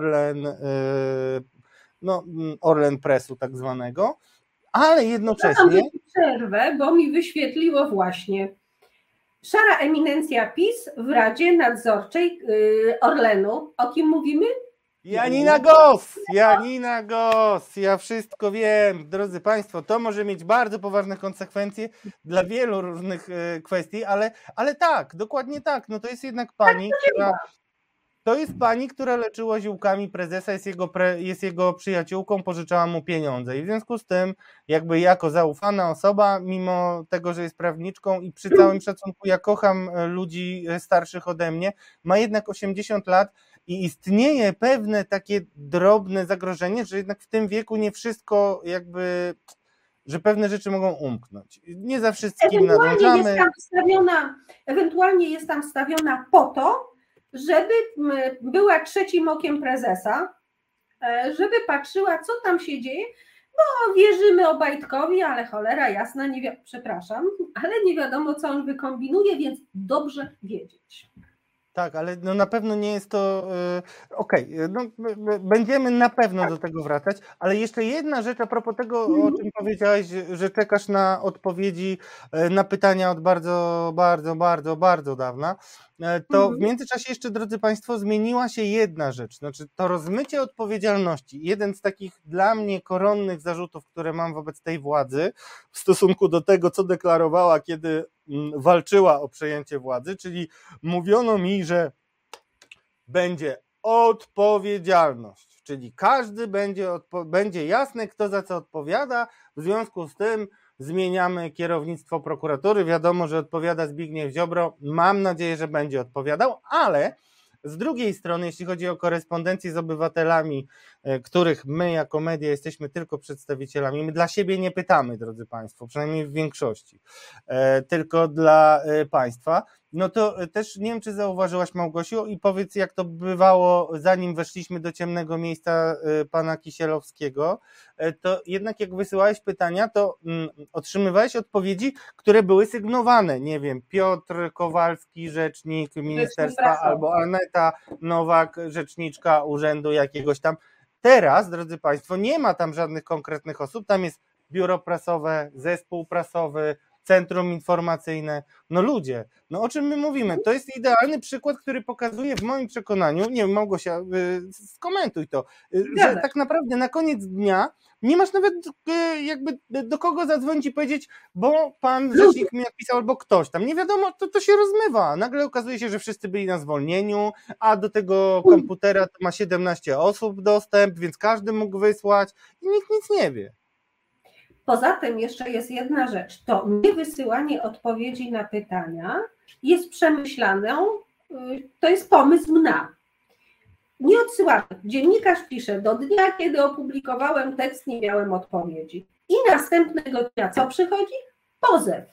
Orlen Pressu tak zwanego, ale jednocześnie... Przerwę, bo mi wyświetliło właśnie szara eminencja PiS w Radzie Nadzorczej Orlenu. O kim mówimy? Janina Gos, ja wszystko wiem, drodzy Państwo, to może mieć bardzo poważne konsekwencje dla wielu różnych kwestii, ale tak, dokładnie tak, no to jest jednak pani, która leczyła ziółkami prezesa, jest jego przyjaciółką, pożyczała mu pieniądze i w związku z tym jakby jako zaufana osoba, mimo tego, że jest prawniczką i przy całym szacunku, ja kocham ludzi starszych ode mnie, ma jednak 80 lat, i istnieje pewne takie drobne zagrożenie, że jednak w tym wieku nie wszystko jakby, że pewne rzeczy mogą umknąć. Nie za wszystkim nadążamy. Ewentualnie jest tam wstawiona po to, żeby była trzecim okiem prezesa, żeby patrzyła, co tam się dzieje, bo wierzymy Obajtkowi, ale cholera jasna, przepraszam, ale nie wiadomo, co on wykombinuje, więc dobrze wiedzieć. Tak, ale no na pewno nie jest to będziemy na pewno do tego wracać, ale jeszcze jedna rzecz a propos tego, o czym powiedziałeś, że czekasz na odpowiedzi na pytania od bardzo, bardzo, bardzo, bardzo dawna, to w międzyczasie jeszcze, drodzy Państwo, zmieniła się jedna rzecz, znaczy to rozmycie odpowiedzialności. Jeden z takich dla mnie koronnych zarzutów, które mam wobec tej władzy w stosunku do tego, co deklarowała, kiedy walczyła o przejęcie władzy, czyli mówiono mi, że będzie odpowiedzialność, czyli każdy będzie jasne, kto za co odpowiada, w związku z tym zmieniamy kierownictwo prokuratury, wiadomo, że odpowiada Zbigniew Ziobro, mam nadzieję, że będzie odpowiadał, ale z drugiej strony, jeśli chodzi o korespondencję z obywatelami, których my jako media jesteśmy tylko przedstawicielami, my dla siebie nie pytamy, drodzy Państwo, przynajmniej w większości, tylko dla Państwa, no to też nie wiem, czy zauważyłaś, Małgosiu, i powiedz, jak to bywało, zanim weszliśmy do ciemnego miejsca pana Kisielowskiego, to jednak jak wysyłałeś pytania, to otrzymywałeś odpowiedzi, które były sygnowane, nie wiem, Piotr Kowalski, rzecznik ministerstwa, albo Aneta Nowak, rzeczniczka urzędu jakiegoś tam. Teraz, drodzy Państwo, nie ma tam żadnych konkretnych osób, tam jest biuro prasowe, zespół prasowy, centrum informacyjne, no ludzie, no o czym my mówimy? To jest idealny przykład, który pokazuje w moim przekonaniu, nie wiem, Małgosia, skomentuj to, że tak naprawdę na koniec dnia nie masz nawet jakby do kogo zadzwonić i powiedzieć, bo pan rzecznik mi napisał albo ktoś tam, nie wiadomo, to się rozmywa, nagle okazuje się, że wszyscy byli na zwolnieniu, a do tego komputera to ma 17 osób dostęp, więc każdy mógł wysłać i nikt nic nie wie. Poza tym jeszcze jest jedna rzecz, to niewysyłanie odpowiedzi na pytania jest przemyślaną, to jest pomysł na. Nie odsyłamy. Dziennikarz pisze, do dnia, kiedy opublikowałem tekst, nie miałem odpowiedzi. I następnego dnia co przychodzi? Pozew.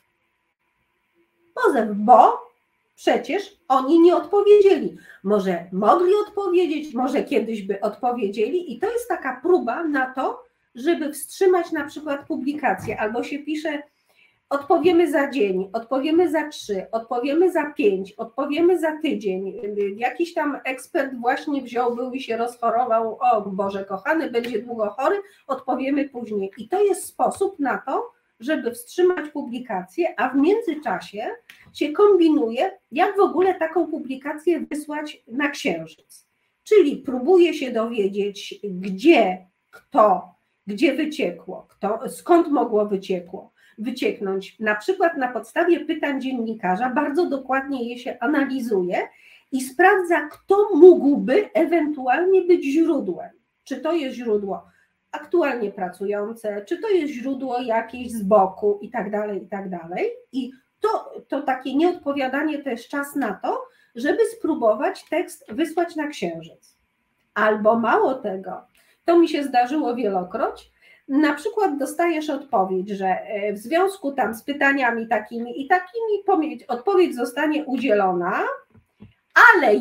Pozew, bo przecież oni nie odpowiedzieli. Może mogli odpowiedzieć, może kiedyś by odpowiedzieli i to jest taka próba na to, żeby wstrzymać na przykład publikację, albo się pisze, odpowiemy za dzień, odpowiemy za 3, odpowiemy za 5, odpowiemy za tydzień. Jakiś tam ekspert właśnie był i się rozchorował, o Boże kochany, będzie długo chory, odpowiemy później. I to jest sposób na to, żeby wstrzymać publikację, a w międzyczasie się kombinuje, jak w ogóle taką publikację wysłać na Księżyc. Czyli próbuje się dowiedzieć, gdzie wyciekło, skąd mogło wycieknąć. Na przykład na podstawie pytań dziennikarza bardzo dokładnie je się analizuje i sprawdza, kto mógłby ewentualnie być źródłem. Czy to jest źródło aktualnie pracujące, czy to jest źródło jakieś z boku i tak dalej, i tak dalej. I to takie nieodpowiadanie to jest czas na to, żeby spróbować tekst wysłać na Księżyc. Albo mało tego, to mi się zdarzyło wielokroć, na przykład dostajesz odpowiedź, że w związku tam z pytaniami takimi i takimi odpowiedź zostanie udzielona, ale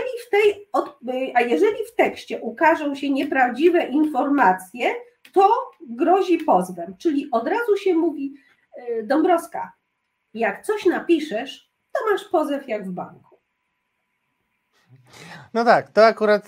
jeżeli w tekście ukażą się nieprawdziwe informacje, to grozi pozwem. Czyli od razu się mówi, Dąbrowska, jak coś napiszesz, to masz pozew jak w banku. No tak, to akurat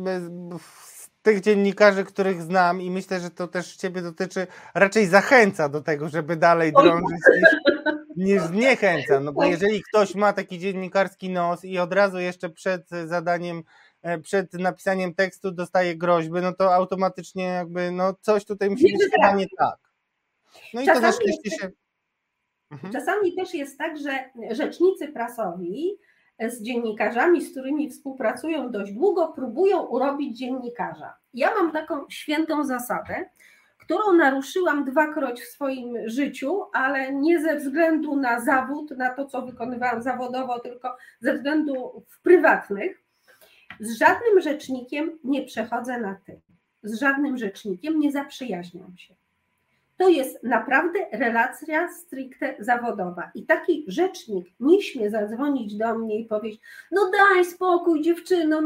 z tych dziennikarzy, których znam i myślę, że to też Ciebie dotyczy, raczej zachęca do tego, żeby dalej drążyć niż zniechęca. No bo jeżeli ktoś ma taki dziennikarski nos i od razu jeszcze przed zadaniem, przed napisaniem tekstu dostaje groźby, no to automatycznie jakby coś tutaj musi być chyba nie tak. No i to też się... Czasami też jest tak, że rzecznicy prasowi z dziennikarzami, z którymi współpracują dość długo, próbują urobić dziennikarza. Ja mam taką świętą zasadę, którą naruszyłam dwakroć w swoim życiu, ale nie ze względu na zawód, na to, co wykonywałam zawodowo, tylko ze względów prywatnych. Z żadnym rzecznikiem nie przechodzę na ty. Z żadnym rzecznikiem nie zaprzyjaźniam się. To jest naprawdę relacja stricte zawodowa. I taki rzecznik nie śmie zadzwonić do mnie i powiedzieć, no daj spokój dziewczyno,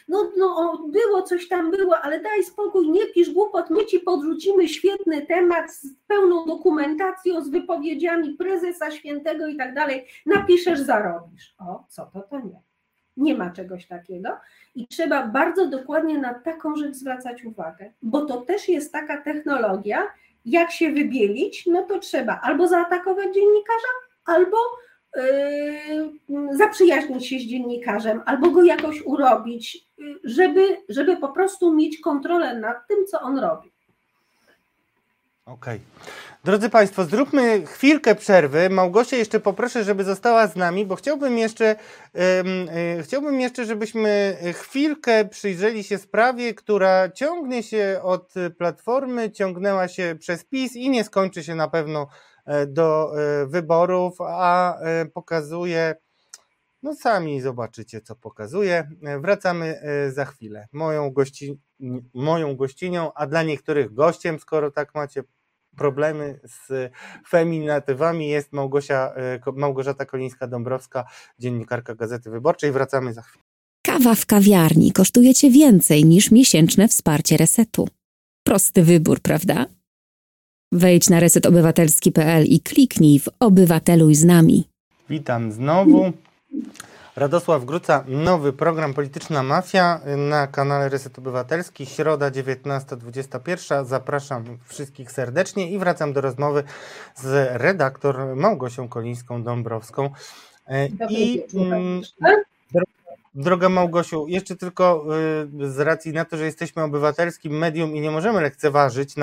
było coś tam było, ale daj spokój, nie pisz głupot, my ci podrzucimy świetny temat z pełną dokumentacją, z wypowiedziami prezesa świętego i tak dalej, napiszesz, zarobisz. O, co to nie. Nie ma czegoś takiego i trzeba bardzo dokładnie na taką rzecz zwracać uwagę, bo to też jest taka technologia, jak się wybielić, no to trzeba albo zaatakować dziennikarza, albo zaprzyjaźnić się z dziennikarzem, albo go jakoś urobić, żeby po prostu mieć kontrolę nad tym, co on robi. Okej. Drodzy Państwo, zróbmy chwilkę przerwy. Małgosię jeszcze poproszę, żeby została z nami, bo chciałbym jeszcze, żebyśmy chwilkę przyjrzeli się sprawie, która ciągnie się od Platformy, ciągnęła się przez PiS i nie skończy się na pewno do wyborów, a pokazuje, no sami zobaczycie, co pokazuje. Wracamy za chwilę. Moją gościnią, a dla niektórych gościem, skoro tak macie problemy z feminatywami, jest Małgorzata Kolińska-Dąbrowska, dziennikarka Gazety Wyborczej. Wracamy za chwilę. Kawa w kawiarni kosztuje Cię więcej niż miesięczne wsparcie Resetu. Prosty wybór, prawda? Wejdź na resetobywatelski.pl i kliknij w Obywateluj z nami. Witam znowu. Radosław Gruca, nowy program Polityczna Mafia na kanale Reset Obywatelski, środa 19:21. Zapraszam wszystkich serdecznie i wracam do rozmowy z redaktor Małgosią Kolińską-Dąbrowską. Droga Małgosiu, jeszcze tylko z racji na to, że jesteśmy obywatelskim medium i nie możemy lekceważyć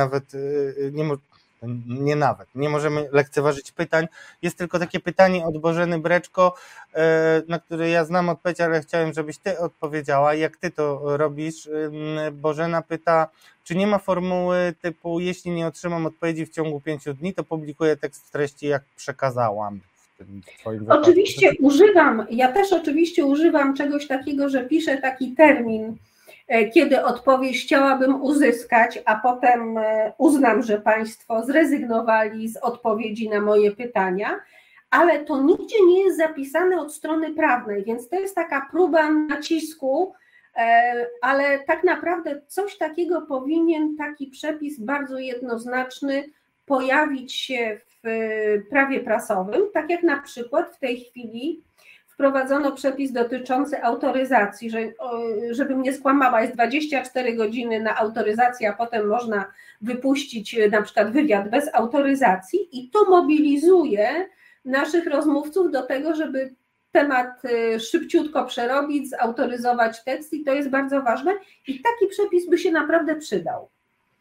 nie możemy lekceważyć pytań. Jest tylko takie pytanie od Bożeny Breczko, na które ja znam odpowiedź, ale chciałem, żebyś Ty odpowiedziała, jak Ty to robisz. Bożena pyta, czy nie ma formuły typu, jeśli nie otrzymam odpowiedzi w ciągu 5 dni, to publikuję tekst w treści, jak przekazałam. Oczywiście używam, ja też oczywiście używam czegoś takiego, że piszę taki termin, kiedy odpowiedź chciałabym uzyskać, a potem uznam, że Państwo zrezygnowali z odpowiedzi na moje pytania, ale to nigdzie nie jest zapisane od strony prawnej, więc to jest taka próba nacisku, ale tak naprawdę coś takiego powinien, taki przepis bardzo jednoznaczny pojawić się w prawie prasowym, tak jak na przykład w tej chwili w wprowadzono przepis dotyczący autoryzacji, że, żebym nie skłamała, jest 24 godziny na autoryzację, a potem można wypuścić na przykład wywiad bez autoryzacji i to mobilizuje naszych rozmówców do tego, żeby temat szybciutko przerobić, zautoryzować tekst i to jest bardzo ważne i taki przepis by się naprawdę przydał.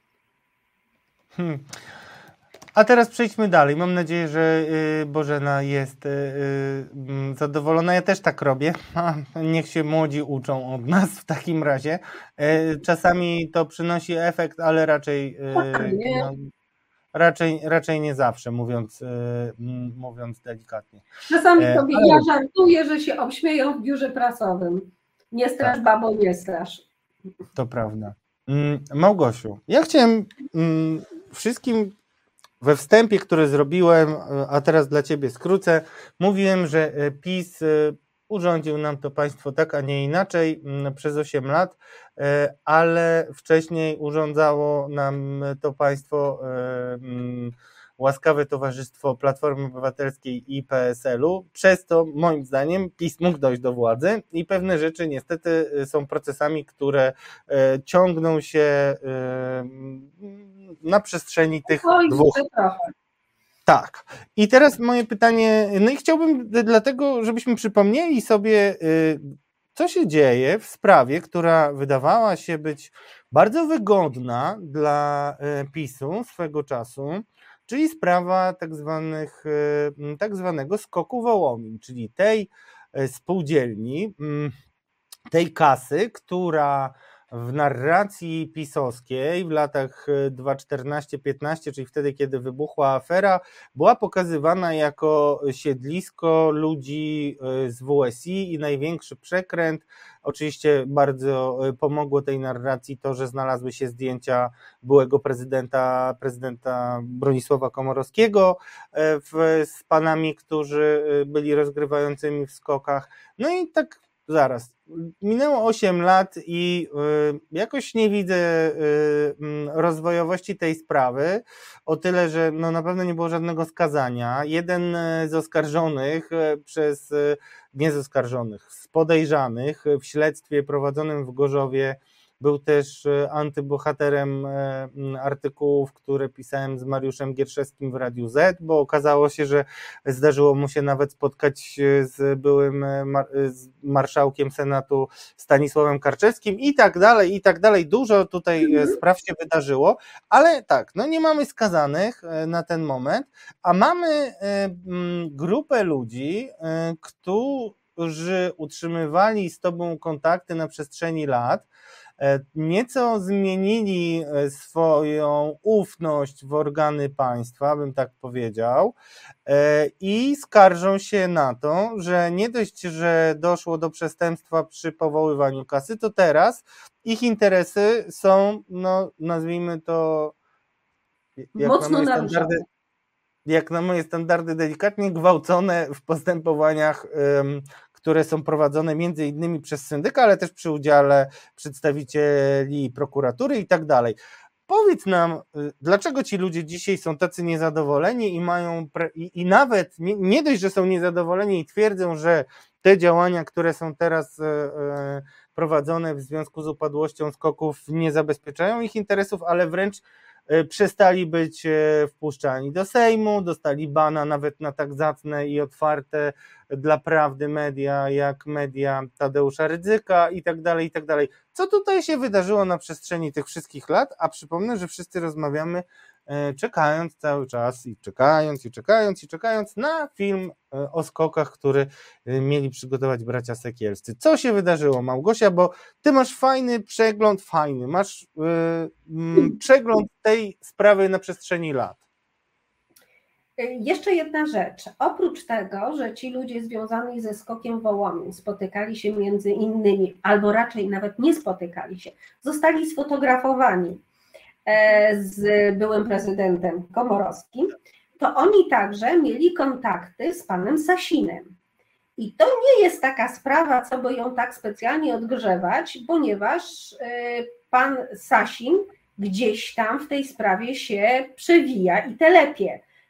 A teraz przejdźmy dalej. Mam nadzieję, że Bożena jest zadowolona. Ja też tak robię. Niech się młodzi uczą od nas w takim razie. Czasami to przynosi efekt, ale raczej nie zawsze, mówiąc delikatnie. Czasami sobie ja żartuję, że się obśmieją w biurze prasowym. Nie strasz, babo, nie strasz. To prawda. Małgosiu, ja chciałem wszystkim we wstępie, który zrobiłem, a teraz dla Ciebie skrócę, mówiłem, że PiS urządził nam to państwo tak, a nie inaczej przez 8 lat, ale wcześniej urządzało nam to państwo łaskawe towarzystwo Platformy Obywatelskiej i PSL-u. Przez to, moim zdaniem, PiS mógł dojść do władzy i pewne rzeczy niestety są procesami, które ciągną się na przestrzeni tych dwóch. Tak. I teraz moje pytanie, no i chciałbym dlatego, żebyśmy przypomnieli sobie, co się dzieje w sprawie, która wydawała się być bardzo wygodna dla PiS-u swego czasu, czyli sprawa tak zwanego skoku Wołomin, czyli tej spółdzielni, tej kasy, która w narracji pisowskiej w latach 2014-15, czyli wtedy, kiedy wybuchła afera, była pokazywana jako siedlisko ludzi z WSI i największy przekręt. Oczywiście bardzo pomogło tej narracji to, że znalazły się zdjęcia byłego prezydenta Bronisława Komorowskiego z panami, którzy byli rozgrywającymi w skokach. No i tak zaraz, minęło 8 lat i jakoś nie widzę rozwojowości tej sprawy, o tyle, że no na pewno nie było żadnego skazania. Jeden z oskarżonych z podejrzanych w śledztwie prowadzonym w Gorzowie był też antybohaterem artykułów, które pisałem z Mariuszem Gierszewskim w Radiu Z, bo okazało się, że zdarzyło mu się nawet spotkać z byłym marszałkiem Senatu Stanisławem Karczewskim i tak dalej. Dużo tutaj spraw się wydarzyło, ale tak, no nie mamy skazanych na ten moment, a mamy grupę ludzi, którzy utrzymywali z tobą kontakty na przestrzeni lat, nieco zmienili swoją ufność w organy państwa, bym tak powiedział, i skarżą się na to, że nie dość, że doszło do przestępstwa przy powoływaniu kasy, to teraz ich interesy są, no nazwijmy to, jak na moje standardy delikatnie gwałcone w postępowaniach, które są prowadzone między innymi przez syndyka, ale też przy udziale przedstawicieli prokuratury i tak dalej. Powiedz nam, dlaczego ci ludzie dzisiaj są tacy niezadowoleni i mają i nawet nie dość, że są niezadowoleni i twierdzą, że te działania, które są teraz prowadzone w związku z upadłością skoków, nie zabezpieczają ich interesów, ale wręcz przestali być wpuszczani do Sejmu, dostali bana nawet na tak zacne i otwarte dla prawdy media, jak media Tadeusza Rydzyka i tak dalej, i tak dalej. Co tutaj się wydarzyło na przestrzeni tych wszystkich lat? A przypomnę, że wszyscy rozmawiamy czekając cały czas i czekając na film o skokach, który mieli przygotować bracia Sekielscy. Co się wydarzyło, Małgosia? Bo ty masz fajny przegląd, masz przegląd tej sprawy na przestrzeni lat. Jeszcze jedna rzecz. Oprócz tego, że ci ludzie związani ze skokiem Wołomin spotykali się między innymi, albo raczej nawet nie spotykali się, zostali sfotografowani z byłym prezydentem Komorowskim, to oni także mieli kontakty z panem Sasinem. I to nie jest taka sprawa, co by ją tak specjalnie odgrzewać, ponieważ pan Sasin gdzieś tam w tej sprawie się przewija i telepie.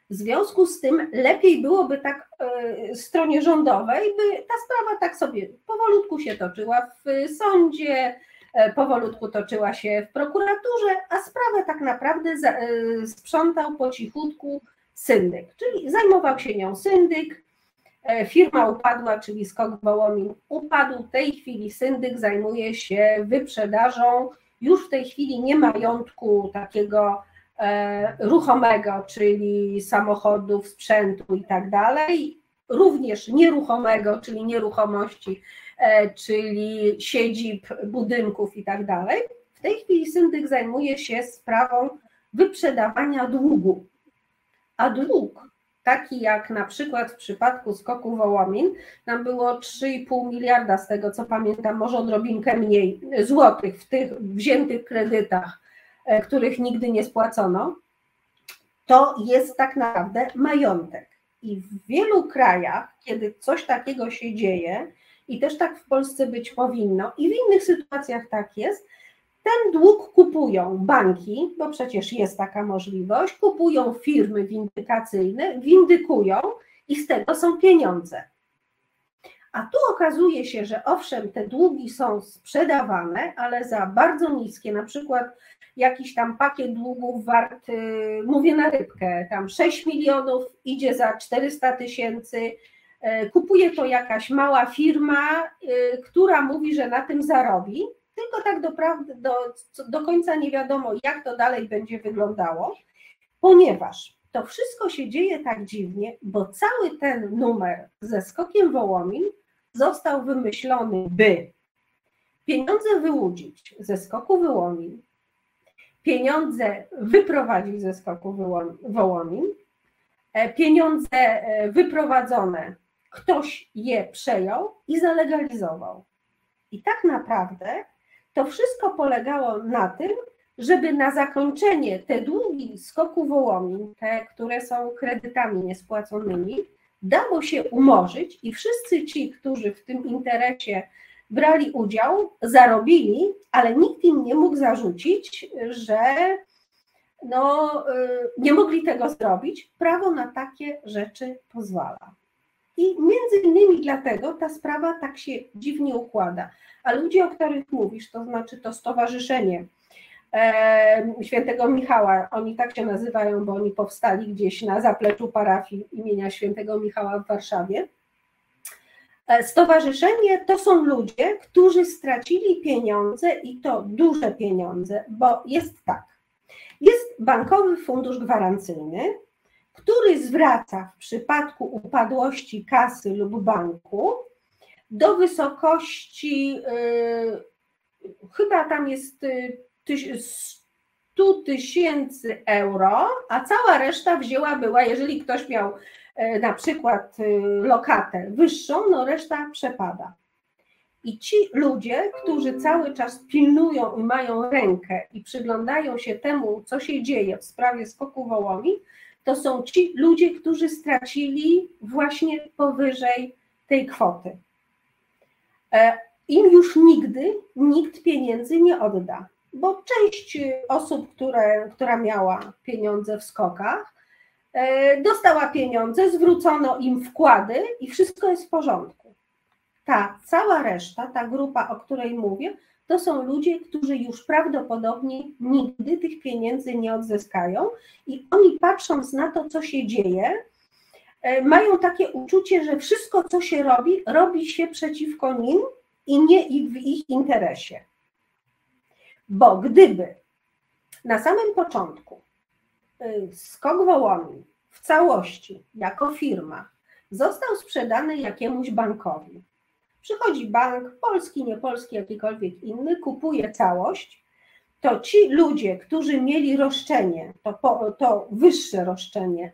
W związku z tym lepiej byłoby tak stronie rządowej, by ta sprawa tak sobie powolutku się toczyła w sądzie, powolutku toczyła się w prokuraturze, a sprawę tak naprawdę sprzątał po cichutku syndyk, czyli zajmował się nią syndyk, firma upadła, czyli SKOK Wołomin upadł, w tej chwili syndyk zajmuje się wyprzedażą już w tej chwili nie majątku takiego ruchomego, czyli samochodów, sprzętu i tak dalej, również nieruchomego, czyli nieruchomości, czyli siedzib, budynków i tak dalej. W tej chwili syndyk zajmuje się sprawą wyprzedawania długu, a dług, taki jak na przykład w przypadku SKOK-u Wołomin, tam było 3,5 miliarda, z tego co pamiętam, może odrobinkę mniej złotych w tych wziętych kredytach, których nigdy nie spłacono, to jest tak naprawdę majątek. I w wielu krajach, kiedy coś takiego się dzieje, i też tak w Polsce być powinno, i w innych sytuacjach tak jest, ten dług kupują banki, bo przecież jest taka możliwość, kupują firmy windykacyjne, windykują i z tego są pieniądze. A tu okazuje się, że owszem, te długi są sprzedawane, ale za bardzo niskie, na przykład jakiś tam pakiet długów wart, mówię na rybkę, tam 6 milionów idzie za 400 tysięcy, kupuje to jakaś mała firma, która mówi, że na tym zarobi, tylko tak do końca nie wiadomo, jak to dalej będzie wyglądało, ponieważ to wszystko się dzieje tak dziwnie, bo cały ten numer ze SKOK-iem Wołomin został wymyślony, by pieniądze wyłudzić ze SKOK-u Wołomin, pieniądze wyprowadzić ze SKOK-u Wołomin, pieniądze wyprowadzone, ktoś je przejął i zalegalizował. I tak naprawdę to wszystko polegało na tym, żeby na zakończenie te długi SKOK-u Wołomin, te, które są kredytami niespłaconymi, dało się umorzyć i wszyscy ci, którzy w tym interesie brali udział, zarobili, ale nikt im nie mógł zarzucić, że nie mogli tego zrobić. Prawo na takie rzeczy pozwala. I między innymi dlatego ta sprawa tak się dziwnie układa. A ludzie, o których mówisz, to znaczy to stowarzyszenie Świętego Michała, oni tak się nazywają, bo oni powstali gdzieś na zapleczu parafii imienia Świętego Michała w Warszawie. Stowarzyszenie to są ludzie, którzy stracili pieniądze i to duże pieniądze, bo jest tak, jest Bankowy Fundusz Gwarancyjny, który zwraca w przypadku upadłości kasy lub banku do wysokości, chyba tam jest 100 tysięcy euro, a cała reszta była, jeżeli ktoś miał na przykład lokatę wyższą, no reszta przepada. I ci ludzie, którzy cały czas pilnują i mają rękę i przyglądają się temu, co się dzieje w sprawie SKOK-u Wołomin, to są ci ludzie, którzy stracili właśnie powyżej tej kwoty. Im już nigdy nikt pieniędzy nie odda, bo część osób, która miała pieniądze w SKOK-ach, dostała pieniądze, zwrócono im wkłady i wszystko jest w porządku. Ta cała reszta, ta grupa, o której mówię, to są ludzie, którzy już prawdopodobnie nigdy tych pieniędzy nie odzyskają i oni, patrząc na to, co się dzieje, mają takie uczucie, że wszystko, co się robi, robi się przeciwko nim i nie w ich interesie. Bo gdyby na samym początku SKOK Wołomin w całości jako firma został sprzedany jakiemuś bankowi, przychodzi bank, polski, niepolski, jakikolwiek inny, kupuje całość, to ci ludzie, którzy mieli roszczenie, to wyższe roszczenie,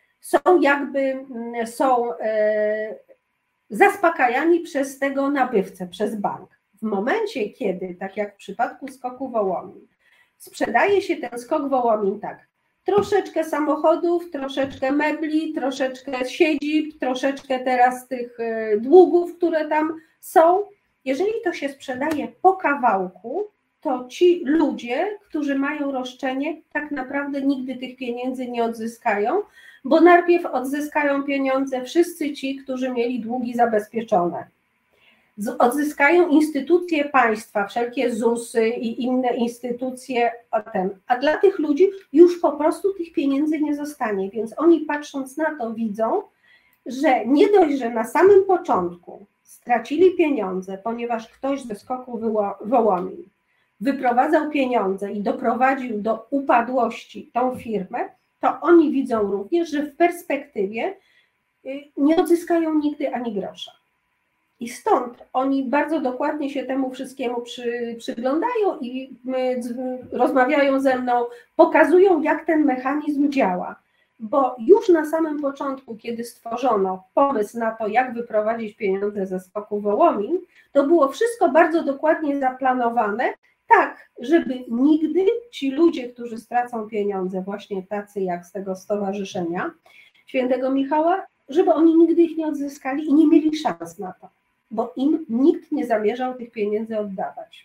są zaspokajani przez tego nabywcę, przez bank. W momencie, kiedy, tak jak w przypadku SKOK-u Wołomin, sprzedaje się ten SKOK Wołomin tak, troszeczkę samochodów, troszeczkę mebli, troszeczkę siedzib, troszeczkę teraz tych długów, które tam są. Jeżeli to się sprzedaje po kawałku, to ci ludzie, którzy mają roszczenie, tak naprawdę nigdy tych pieniędzy nie odzyskają, bo najpierw odzyskają pieniądze wszyscy ci, którzy mieli długi zabezpieczone. Odzyskają instytucje państwa, wszelkie ZUS-y i inne instytucje, a dla tych ludzi już po prostu tych pieniędzy nie zostanie, więc oni patrząc na to widzą, że nie dość, że na samym początku stracili pieniądze, ponieważ ktoś ze SKOK-u Wołomin wyprowadzał pieniądze i doprowadził do upadłości tą firmę, to oni widzą również, że w perspektywie nie odzyskają nigdy ani grosza. I stąd oni bardzo dokładnie się temu wszystkiemu przyglądają i rozmawiają ze mną, pokazują, jak ten mechanizm działa. Bo już na samym początku, kiedy stworzono pomysł na to, jak wyprowadzić pieniądze ze SKOK-u Wołomin, to było wszystko bardzo dokładnie zaplanowane, tak, żeby nigdy ci ludzie, którzy stracą pieniądze, właśnie tacy jak z tego stowarzyszenia Świętego Michała, żeby oni nigdy ich nie odzyskali i nie mieli szans na to, bo im nikt nie zamierzał tych pieniędzy oddawać.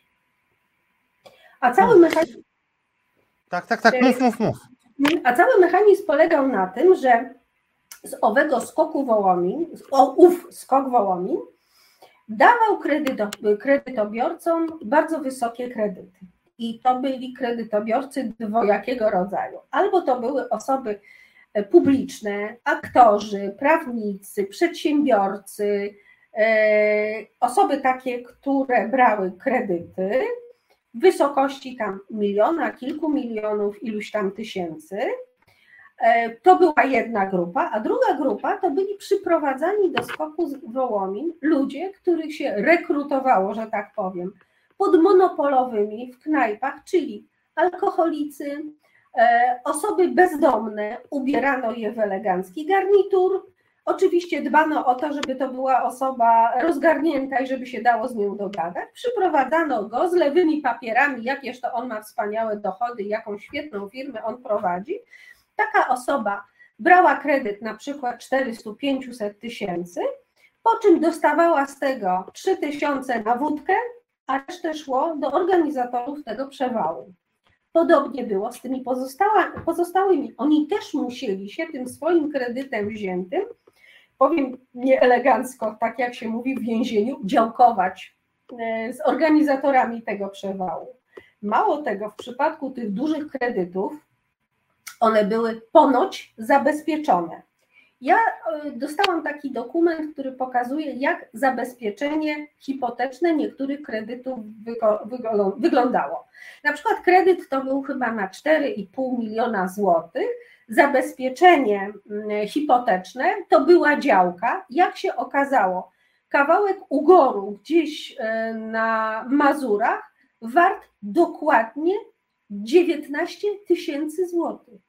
A cały mechanizm... Tak, mów. A cały mechanizm polegał na tym, że z owego SKOK-u Wołomin, SKOK Wołomin dawał kredytobiorcom bardzo wysokie kredyty. I to byli kredytobiorcy dwojakiego rodzaju. Albo to były osoby publiczne, aktorzy, prawnicy, przedsiębiorcy, osoby takie, które brały kredyty w wysokości tam miliona, kilku milionów, iluś tam tysięcy. To była jedna grupa, a druga grupa to byli przyprowadzani do SKOK-u Wołomin ludzie, których się rekrutowało, że tak powiem, pod monopolowymi w knajpach, czyli alkoholicy, osoby bezdomne, ubierano je w elegancki garnitur. Oczywiście dbano o to, żeby to była osoba rozgarnięta i żeby się dało z nią dogadać. Przyprowadzano go z lewymi papierami, jakież to on ma wspaniałe dochody, jaką świetną firmę on prowadzi. Taka osoba brała kredyt na przykład 400-500 tysięcy, po czym dostawała z tego 3 tysiące na wódkę, a resztę szło do organizatorów tego przewału. Podobnie było z tymi pozostałymi. Oni też musieli się tym swoim kredytem wziętym, powiem nieelegancko, tak jak się mówi w więzieniu, działkować z organizatorami tego przewału. Mało tego, w przypadku tych dużych kredytów one były ponoć zabezpieczone. Ja dostałam taki dokument, który pokazuje, jak zabezpieczenie hipoteczne niektórych kredytów wyglądało. Na przykład kredyt to był chyba na 4,5 miliona złotych. Zabezpieczenie hipoteczne to była działka. Jak się okazało, kawałek ugoru gdzieś na Mazurach wart dokładnie 19 tysięcy złotych.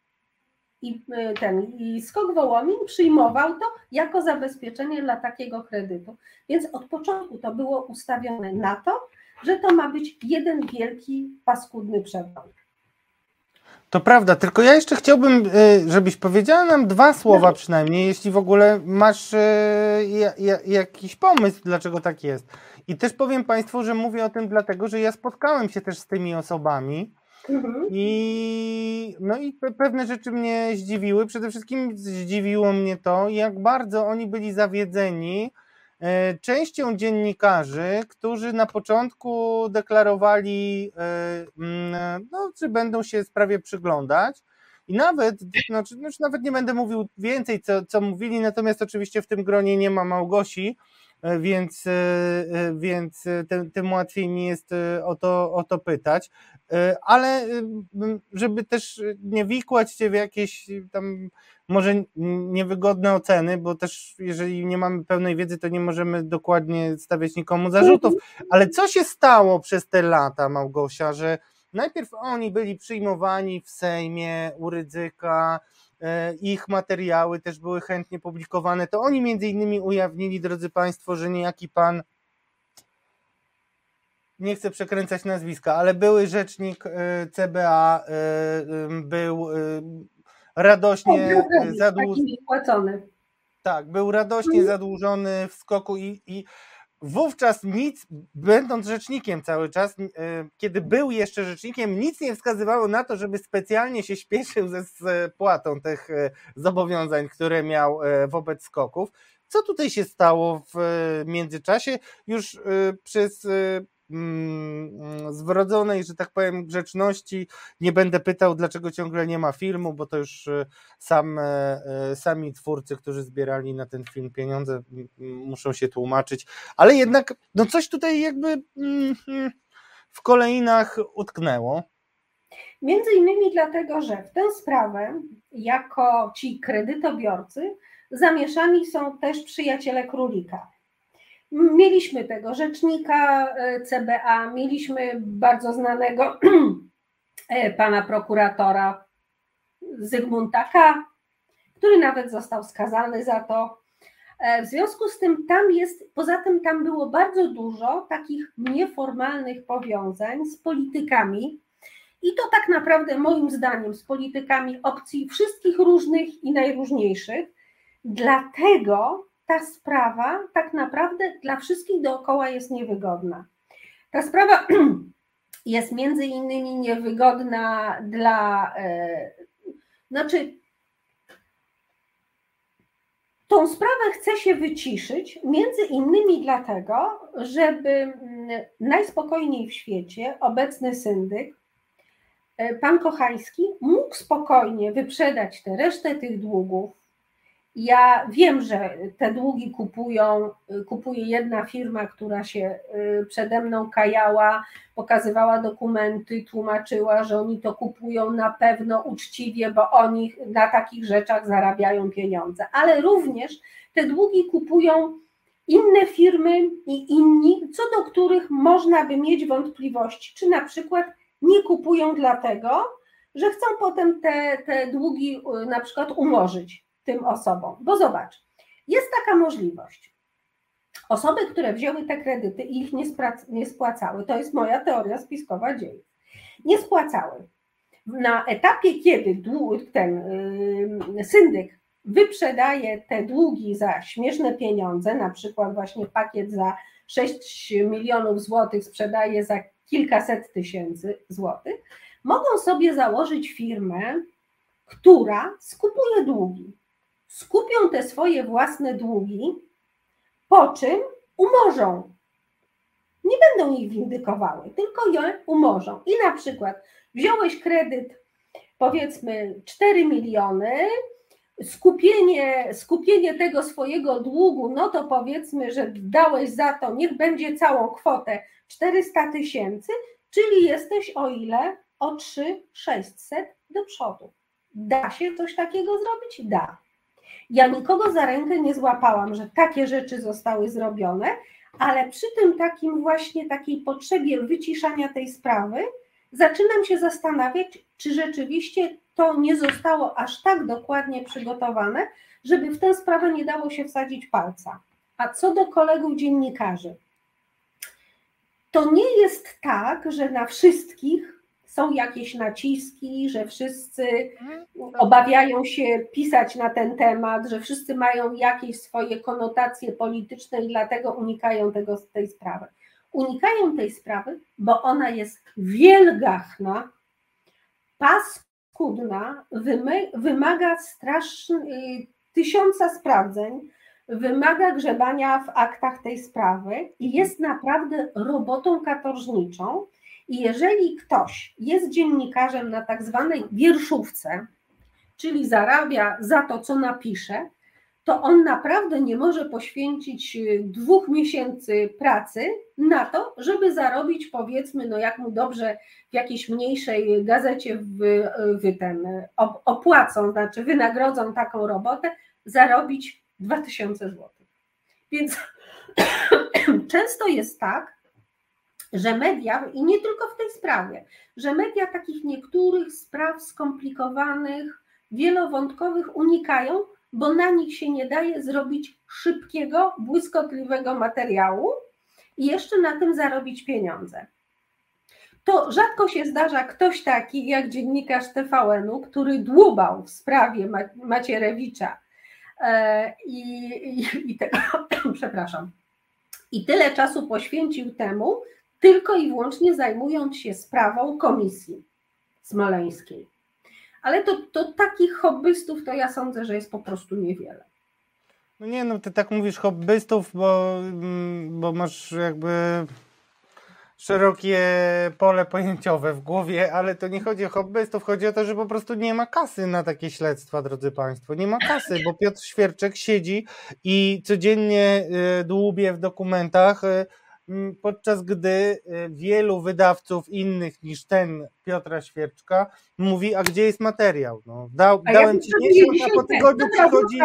I SKOK Wołomin przyjmował to jako zabezpieczenie dla takiego kredytu. Więc od początku to było ustawione na to, że to ma być jeden wielki, paskudny przewał. To prawda, tylko ja jeszcze chciałbym, żebyś powiedziała nam 2 słowa przynajmniej, jeśli w ogóle masz jakiś pomysł, dlaczego tak jest. I też powiem Państwu, że mówię o tym dlatego, że ja spotkałem się też z tymi osobami. I pewne rzeczy mnie zdziwiły. Przede wszystkim zdziwiło mnie to, jak bardzo oni byli zawiedzeni częścią dziennikarzy, którzy na początku deklarowali, że będą się sprawie przyglądć. I nawet nie będę mówił więcej, co mówili, natomiast oczywiście w tym gronie nie ma Małgosi, więc tym łatwiej mi jest o to pytać, ale żeby też nie wikłać się w jakieś tam może niewygodne oceny, bo też jeżeli nie mamy pełnej wiedzy, to nie możemy dokładnie stawiać nikomu zarzutów, ale co się stało przez te lata, Małgosia, że najpierw oni byli przyjmowani w Sejmie u Rydzyka, ich materiały też były chętnie publikowane, to oni między innymi ujawnili, drodzy Państwo, że niejaki pan, nie chcę przekręcać nazwiska, ale były rzecznik CBA był radośnie zadłużony. Tak, był radośnie zadłużony w SKOK-u i wówczas nic, będąc rzecznikiem cały czas, kiedy był jeszcze rzecznikiem, nic nie wskazywało na to, żeby specjalnie się śpieszył ze spłatą tych zobowiązań, które miał wobec SKOK-ów. Co tutaj się stało w międzyczasie? Już przez z wrodzonej, że tak powiem, grzeczności nie będę pytał, dlaczego ciągle nie ma filmu, bo to już sami twórcy, którzy zbierali na ten film pieniądze, muszą się tłumaczyć, ale jednak no coś tutaj jakby w kolejnach utknęło. Między innymi dlatego, że w tę sprawę jako ci kredytobiorcy zamieszani są też przyjaciele królika. Mieliśmy tego rzecznika CBA, mieliśmy bardzo znanego pana prokuratora Zygmunta K., który nawet został skazany za to. W związku z tym poza tym tam było bardzo dużo takich nieformalnych powiązań z politykami i to tak naprawdę moim zdaniem z politykami opcji wszystkich różnych i najróżniejszych. Dlatego ta sprawa tak naprawdę dla wszystkich dookoła jest niewygodna. Ta sprawa jest między innymi niewygodna tą sprawę chce się wyciszyć między innymi dlatego, żeby najspokojniej w świecie obecny syndyk, pan Kochański, mógł spokojnie wyprzedać tę resztę tych długów. Ja wiem, że te długi kupuje jedna firma, która się przede mną kajała, pokazywała dokumenty, tłumaczyła, że oni to kupują na pewno uczciwie, bo oni na takich rzeczach zarabiają pieniądze. Ale również te długi kupują inne firmy i inni, co do których można by mieć wątpliwości, czy na przykład nie kupują dlatego, że chcą potem te długi na przykład umorzyć tym osobom. Bo zobacz, jest taka możliwość. Osoby, które wzięły te kredyty i ich nie spłacały, to jest moja teoria spiskowa dziejów, nie spłacały. Na etapie, kiedy ten syndyk wyprzedaje te długi za śmieszne pieniądze, na przykład właśnie pakiet za 6 milionów złotych sprzedaje za kilkaset tysięcy złotych, mogą sobie założyć firmę, która skupuje długi. Skupią te swoje własne długi, po czym umorzą. Nie będą ich windykowały, tylko je umorzą. I na przykład wziąłeś kredyt, powiedzmy 4 miliony, skupienie tego swojego długu, no to powiedzmy, że dałeś za to, niech będzie całą kwotę 400 tysięcy, czyli jesteś o ile? O 3,600 do przodu. Da się coś takiego zrobić? Da. Ja nikogo za rękę nie złapałam, że takie rzeczy zostały zrobione, ale przy tym takiej potrzebie wyciszania tej sprawy zaczynam się zastanawiać, czy rzeczywiście to nie zostało aż tak dokładnie przygotowane, żeby w tę sprawę nie dało się wsadzić palca. A co do kolegów dziennikarzy, to nie jest tak, że na wszystkich są jakieś naciski, że wszyscy obawiają się pisać na ten temat, że wszyscy mają jakieś swoje konotacje polityczne i dlatego unikają tej sprawy. Unikają tej sprawy, bo ona jest wielgachna, paskudna, wymaga 1000 sprawdzeń, wymaga grzebania w aktach tej sprawy i jest naprawdę robotą katorżniczą. I jeżeli ktoś jest dziennikarzem na tak zwanej wierszówce, czyli zarabia za to, co napisze, to on naprawdę nie może poświęcić 2 miesięcy pracy na to, żeby zarobić, powiedzmy, no jak mu dobrze w jakiejś mniejszej gazecie opłacą, znaczy wynagrodzą taką robotę, zarobić 2000 zł. Więc często jest tak, że media, i nie tylko w tej sprawie, że media takich niektórych spraw skomplikowanych, wielowątkowych unikają, bo na nich się nie daje zrobić szybkiego, błyskotliwego materiału i jeszcze na tym zarobić pieniądze. To rzadko się zdarza ktoś taki jak dziennikarz TVN-u, który dłubał w sprawie Macierewicza i tego, przepraszam, i tyle czasu poświęcił temu, tylko i wyłącznie zajmując się sprawą komisji smoleńskiej. Ale to takich hobbystów to ja sądzę, że jest po prostu niewiele. No nie, no ty tak mówisz hobbystów, bo masz jakby szerokie pole pojęciowe w głowie, ale to nie chodzi o hobbystów, chodzi o to, że po prostu nie ma kasy na takie śledztwa, drodzy Państwo. Nie ma kasy, bo Piotr Świerczek siedzi i codziennie dłubie w dokumentach, podczas gdy wielu wydawców innych niż ten Piotra Świerczka mówi, a gdzie jest materiał? No, dałem ci miesiąc, a po tygodniu przychodzi.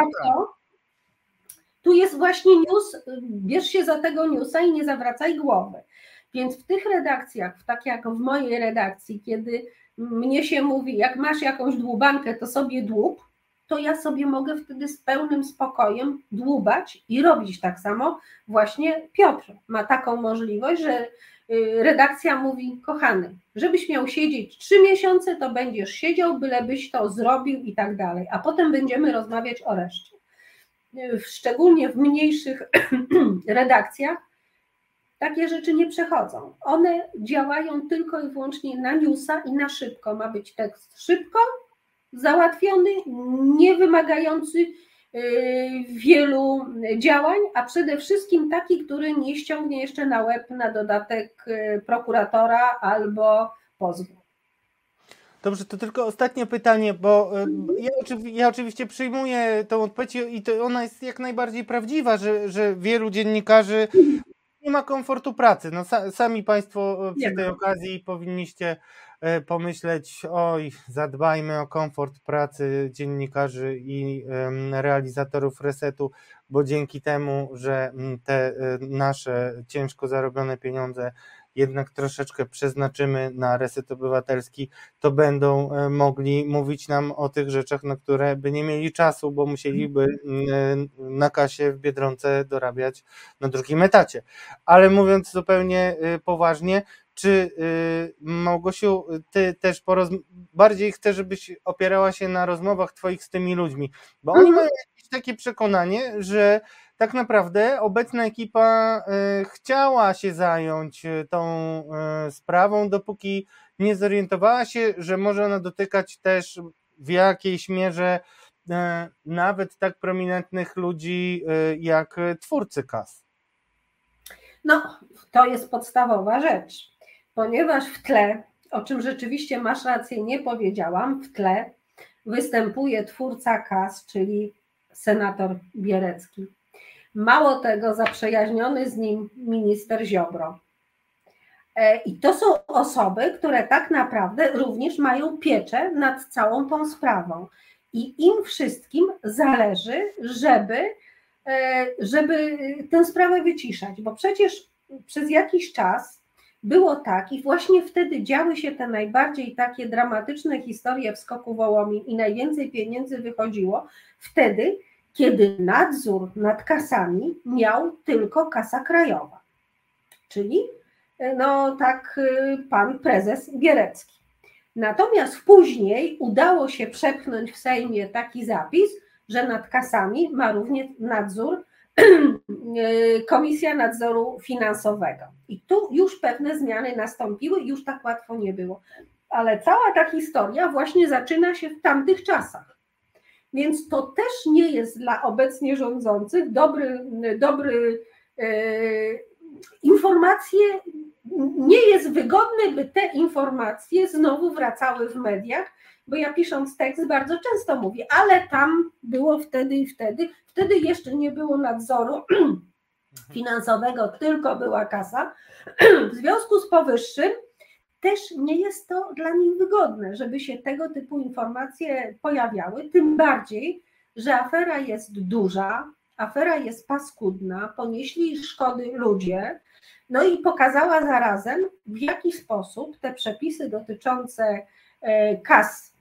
Tu jest właśnie news, bierz się za tego newsa i nie zawracaj głowy. Więc w tych redakcjach, tak jak w mojej redakcji, kiedy mnie się mówi, jak masz jakąś dłubankę, to sobie dłub, to ja sobie mogę wtedy z pełnym spokojem dłubać i robić tak samo. Właśnie Piotr ma taką możliwość, że redakcja mówi, kochany, żebyś miał siedzieć 3 miesiące, to będziesz siedział, bylebyś to zrobił i tak dalej, a potem będziemy rozmawiać o reszcie. Szczególnie w mniejszych redakcjach takie rzeczy nie przechodzą. One działają tylko i wyłącznie na newsa i na szybko. Ma być tekst szybko załatwiony, nie wymagający wielu działań, a przede wszystkim taki, który nie ściągnie jeszcze na łeb na dodatek prokuratora albo pozwu. Dobrze, to tylko ostatnie pytanie, bo ja oczywiście przyjmuję tą odpowiedź i ona jest jak najbardziej prawdziwa, że wielu dziennikarzy nie ma komfortu pracy. No, sami Państwo przy tej okazji powinniście pomyśleć, oj, zadbajmy o komfort pracy dziennikarzy i realizatorów Resetu, bo dzięki temu, że te nasze ciężko zarobione pieniądze jednak troszeczkę przeznaczymy na Reset Obywatelski, to będą mogli mówić nam o tych rzeczach, na które by nie mieli czasu, bo musieliby na kasie w Biedronce dorabiać na drugim etacie. Ale mówiąc zupełnie poważnie, czy Małgosiu, ty też bardziej chcę, żebyś opierała się na rozmowach twoich z tymi ludźmi, bo oni mają jakieś takie przekonanie, że tak naprawdę obecna ekipa chciała się zająć tą sprawą, dopóki nie zorientowała się, że może ona dotykać też w jakiejś mierze nawet tak prominentnych ludzi jak twórcy kas. No, to jest podstawowa rzecz, ponieważ w tle, o czym rzeczywiście masz rację, nie powiedziałam, w tle występuje twórca kas, czyli senator Bierecki. Mało tego, zaprzyjaźniony z nim minister Ziobro. I to są osoby, które tak naprawdę również mają pieczę nad całą tą sprawą. I im wszystkim zależy, żeby tę sprawę wyciszać, bo przecież przez jakiś czas było tak i właśnie wtedy działy się te najbardziej takie dramatyczne historie w SKOK-u Wołomin i najwięcej pieniędzy wychodziło wtedy, kiedy nadzór nad kasami miał tylko Kasa Krajowa, czyli no tak pan prezes Bierecki. Natomiast później udało się przepchnąć w Sejmie taki zapis, że nad kasami ma również nadzór Komisja Nadzoru Finansowego. I tu już pewne zmiany nastąpiły i już tak łatwo nie było. Ale cała ta historia właśnie zaczyna się w tamtych czasach. Więc to też nie jest dla obecnie rządzących informacje, nie jest wygodne, by te informacje znowu wracały w mediach, bo ja pisząc tekst bardzo często mówię, ale tam było wtedy i wtedy jeszcze nie było nadzoru finansowego, tylko była kasa. W związku z powyższym też nie jest to dla nich wygodne, żeby się tego typu informacje pojawiały, tym bardziej, że afera jest duża, afera jest paskudna, ponieśli szkody ludzie, no i pokazała zarazem, w jaki sposób te przepisy dotyczące kas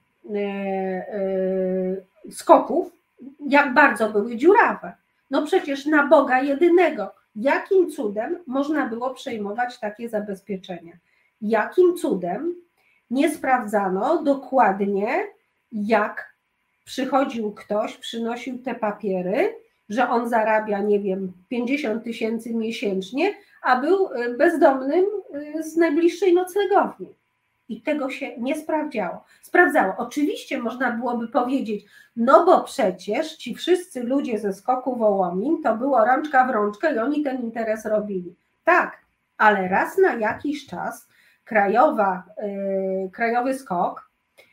SKOK-ów, jak bardzo były dziurawe. No przecież na Boga jedynego, jakim cudem można było przejmować takie zabezpieczenia? Jakim cudem nie sprawdzano dokładnie, jak przychodził ktoś, przynosił te papiery że on zarabia, nie wiem, 50 000 miesięcznie, a był bezdomnym z najbliższej noclegowni. I tego się nie sprawdzało. Oczywiście można byłoby powiedzieć, no bo przecież ci wszyscy ludzie ze SKOK-u Wołomin to było rączka w rączkę i oni ten interes robili. Tak, ale raz na jakiś czas krajowy SKOK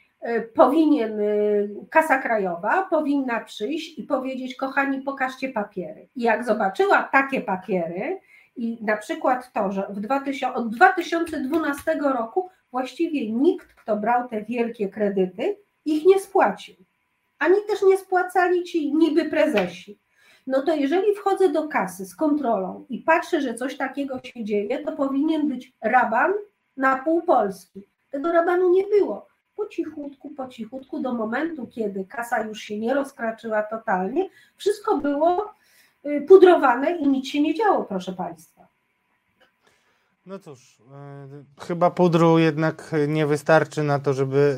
Kasa Krajowa powinna przyjść i powiedzieć, kochani, pokażcie papiery. I jak zobaczyła takie papiery i na przykład to, że od 2012 roku właściwie nikt, kto brał te wielkie kredyty, ich nie spłacił. Ani też nie spłacali ci niby prezesi. No to jeżeli wchodzę do kasy z kontrolą i patrzę, że coś takiego się dzieje, to powinien być raban na pół Polski. Tego rabanu nie było. Po cichutku do momentu, kiedy kasa już się nie rozkraczyła totalnie, wszystko było pudrowane i nic się nie działo, proszę Państwa. No cóż, chyba pudru jednak nie wystarczy na to, żeby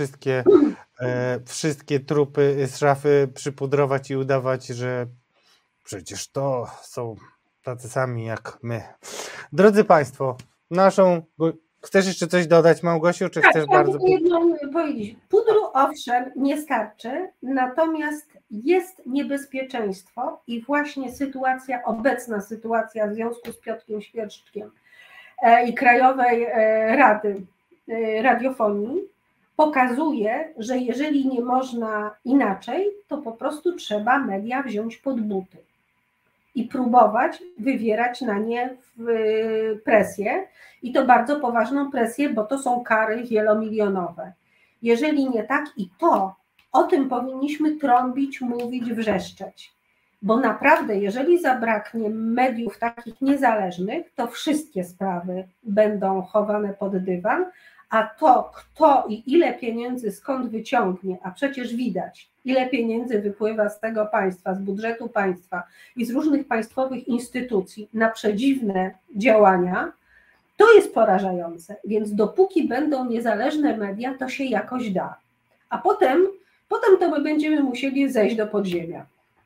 wszystkie trupy z szafy przypudrować i udawać, że przecież to są tacy sami jak my. Drodzy Państwo, chcesz jeszcze coś dodać, Małgosiu, czy chcesz bardzo... jedną powiedzieć. Pudru owszem nie starczy, natomiast jest niebezpieczeństwo i właśnie obecna sytuacja w związku z Piotrkiem Świerczkiem i Krajowej Rady Radiofonii pokazuje, że jeżeli nie można inaczej, to po prostu trzeba media wziąć pod buty i próbować wywierać na nie presję i to bardzo poważną presję, bo to są kary wielomilionowe. Jeżeli nie tak i to, o tym powinniśmy trąbić, mówić, wrzeszczeć, bo naprawdę jeżeli zabraknie mediów takich niezależnych, to wszystkie sprawy będą chowane pod dywan, a to kto i ile pieniędzy skąd wyciągnie, a przecież widać, ile pieniędzy wypływa z tego państwa, z budżetu państwa i z różnych państwowych instytucji na przedziwne działania, to jest porażające. Więc dopóki będą niezależne media, to się jakoś da. A potem to my będziemy musieli zejść do podziemia.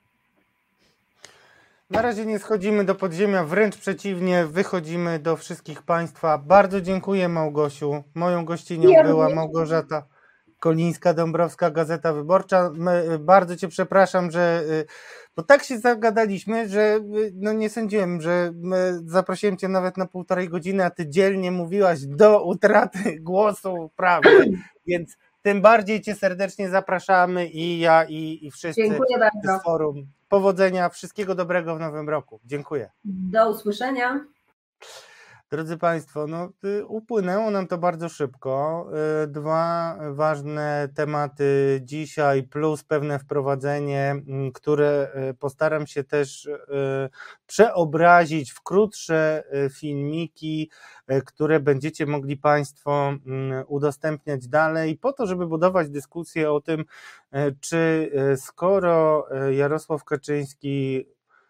Na razie nie schodzimy do podziemia, wręcz przeciwnie, wychodzimy do wszystkich Państwa. Bardzo dziękuję, Małgosiu. Moją gościnią była Małgorzata Kolińska-Dąbrowska, Gazeta Wyborcza. Bardzo Cię przepraszam, bo tak się zagadaliśmy, że nie sądziłem, że zaprosiłem Cię nawet na 1,5 godziny, a Ty dzielnie mówiłaś do utraty głosu prawie, więc tym bardziej Cię serdecznie zapraszamy i ja i wszyscy z forum. Powodzenia, wszystkiego dobrego w nowym roku. Dziękuję. Do usłyszenia. Drodzy Państwo, upłynęło nam to bardzo szybko. 2 ważne tematy dzisiaj plus pewne wprowadzenie, które postaram się też przeobrazić w krótsze filmiki, które będziecie mogli Państwo udostępniać dalej po to, żeby budować dyskusję o tym, czy skoro Jarosław Kaczyński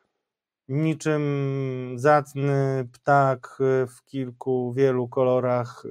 niczym zacny ptak w wielu kolorach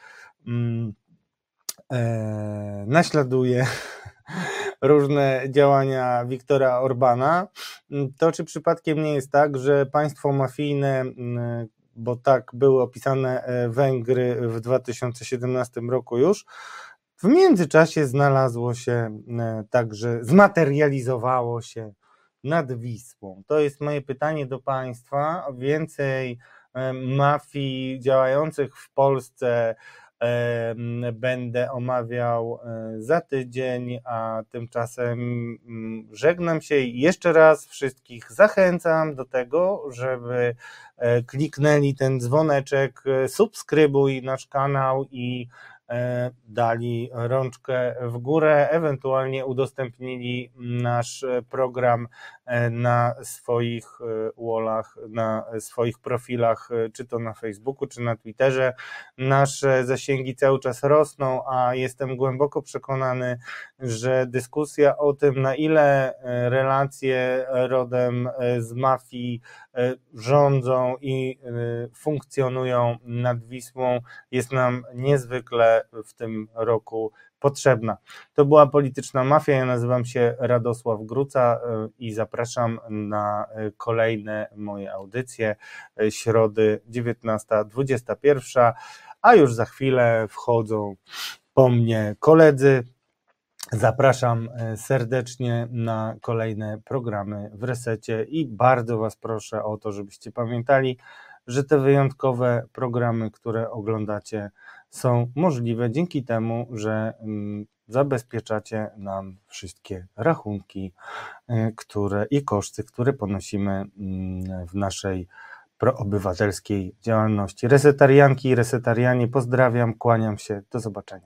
naśladuje różne działania Viktora Orbana, to czy przypadkiem nie jest tak, że państwo mafijne, bo tak były opisane Węgry w 2017 roku już, w międzyczasie znalazło się także, zmaterializowało się nad Wisłą. To jest moje pytanie do Państwa. Więcej mafii działających w Polsce będę omawiał za tydzień, a tymczasem żegnam się i jeszcze raz wszystkich zachęcam do tego, żeby kliknęli ten dzwoneczek, subskrybuj nasz kanał i dali rączkę w górę, ewentualnie udostępnili nasz program na swoich wallach, na swoich profilach, czy to na Facebooku, czy na Twitterze. Nasze zasięgi cały czas rosną, a jestem głęboko przekonany, że dyskusja o tym, na ile relacje rodem z mafii rządzą i funkcjonują nad Wisłą, jest nam niezwykle w tym roku potrzebna. To była Polityczna Mafia, ja nazywam się Radosław Gruca i zapraszam na kolejne moje audycje, środy 19:21, a już za chwilę wchodzą po mnie koledzy. Zapraszam serdecznie na kolejne programy w Resecie i bardzo Was proszę o to, żebyście pamiętali, że te wyjątkowe programy, które oglądacie, są możliwe dzięki temu, że zabezpieczacie nam wszystkie rachunki i koszty, które ponosimy w naszej proobywatelskiej działalności. Resetarianki i resetarianie, pozdrawiam, kłaniam się, do zobaczenia.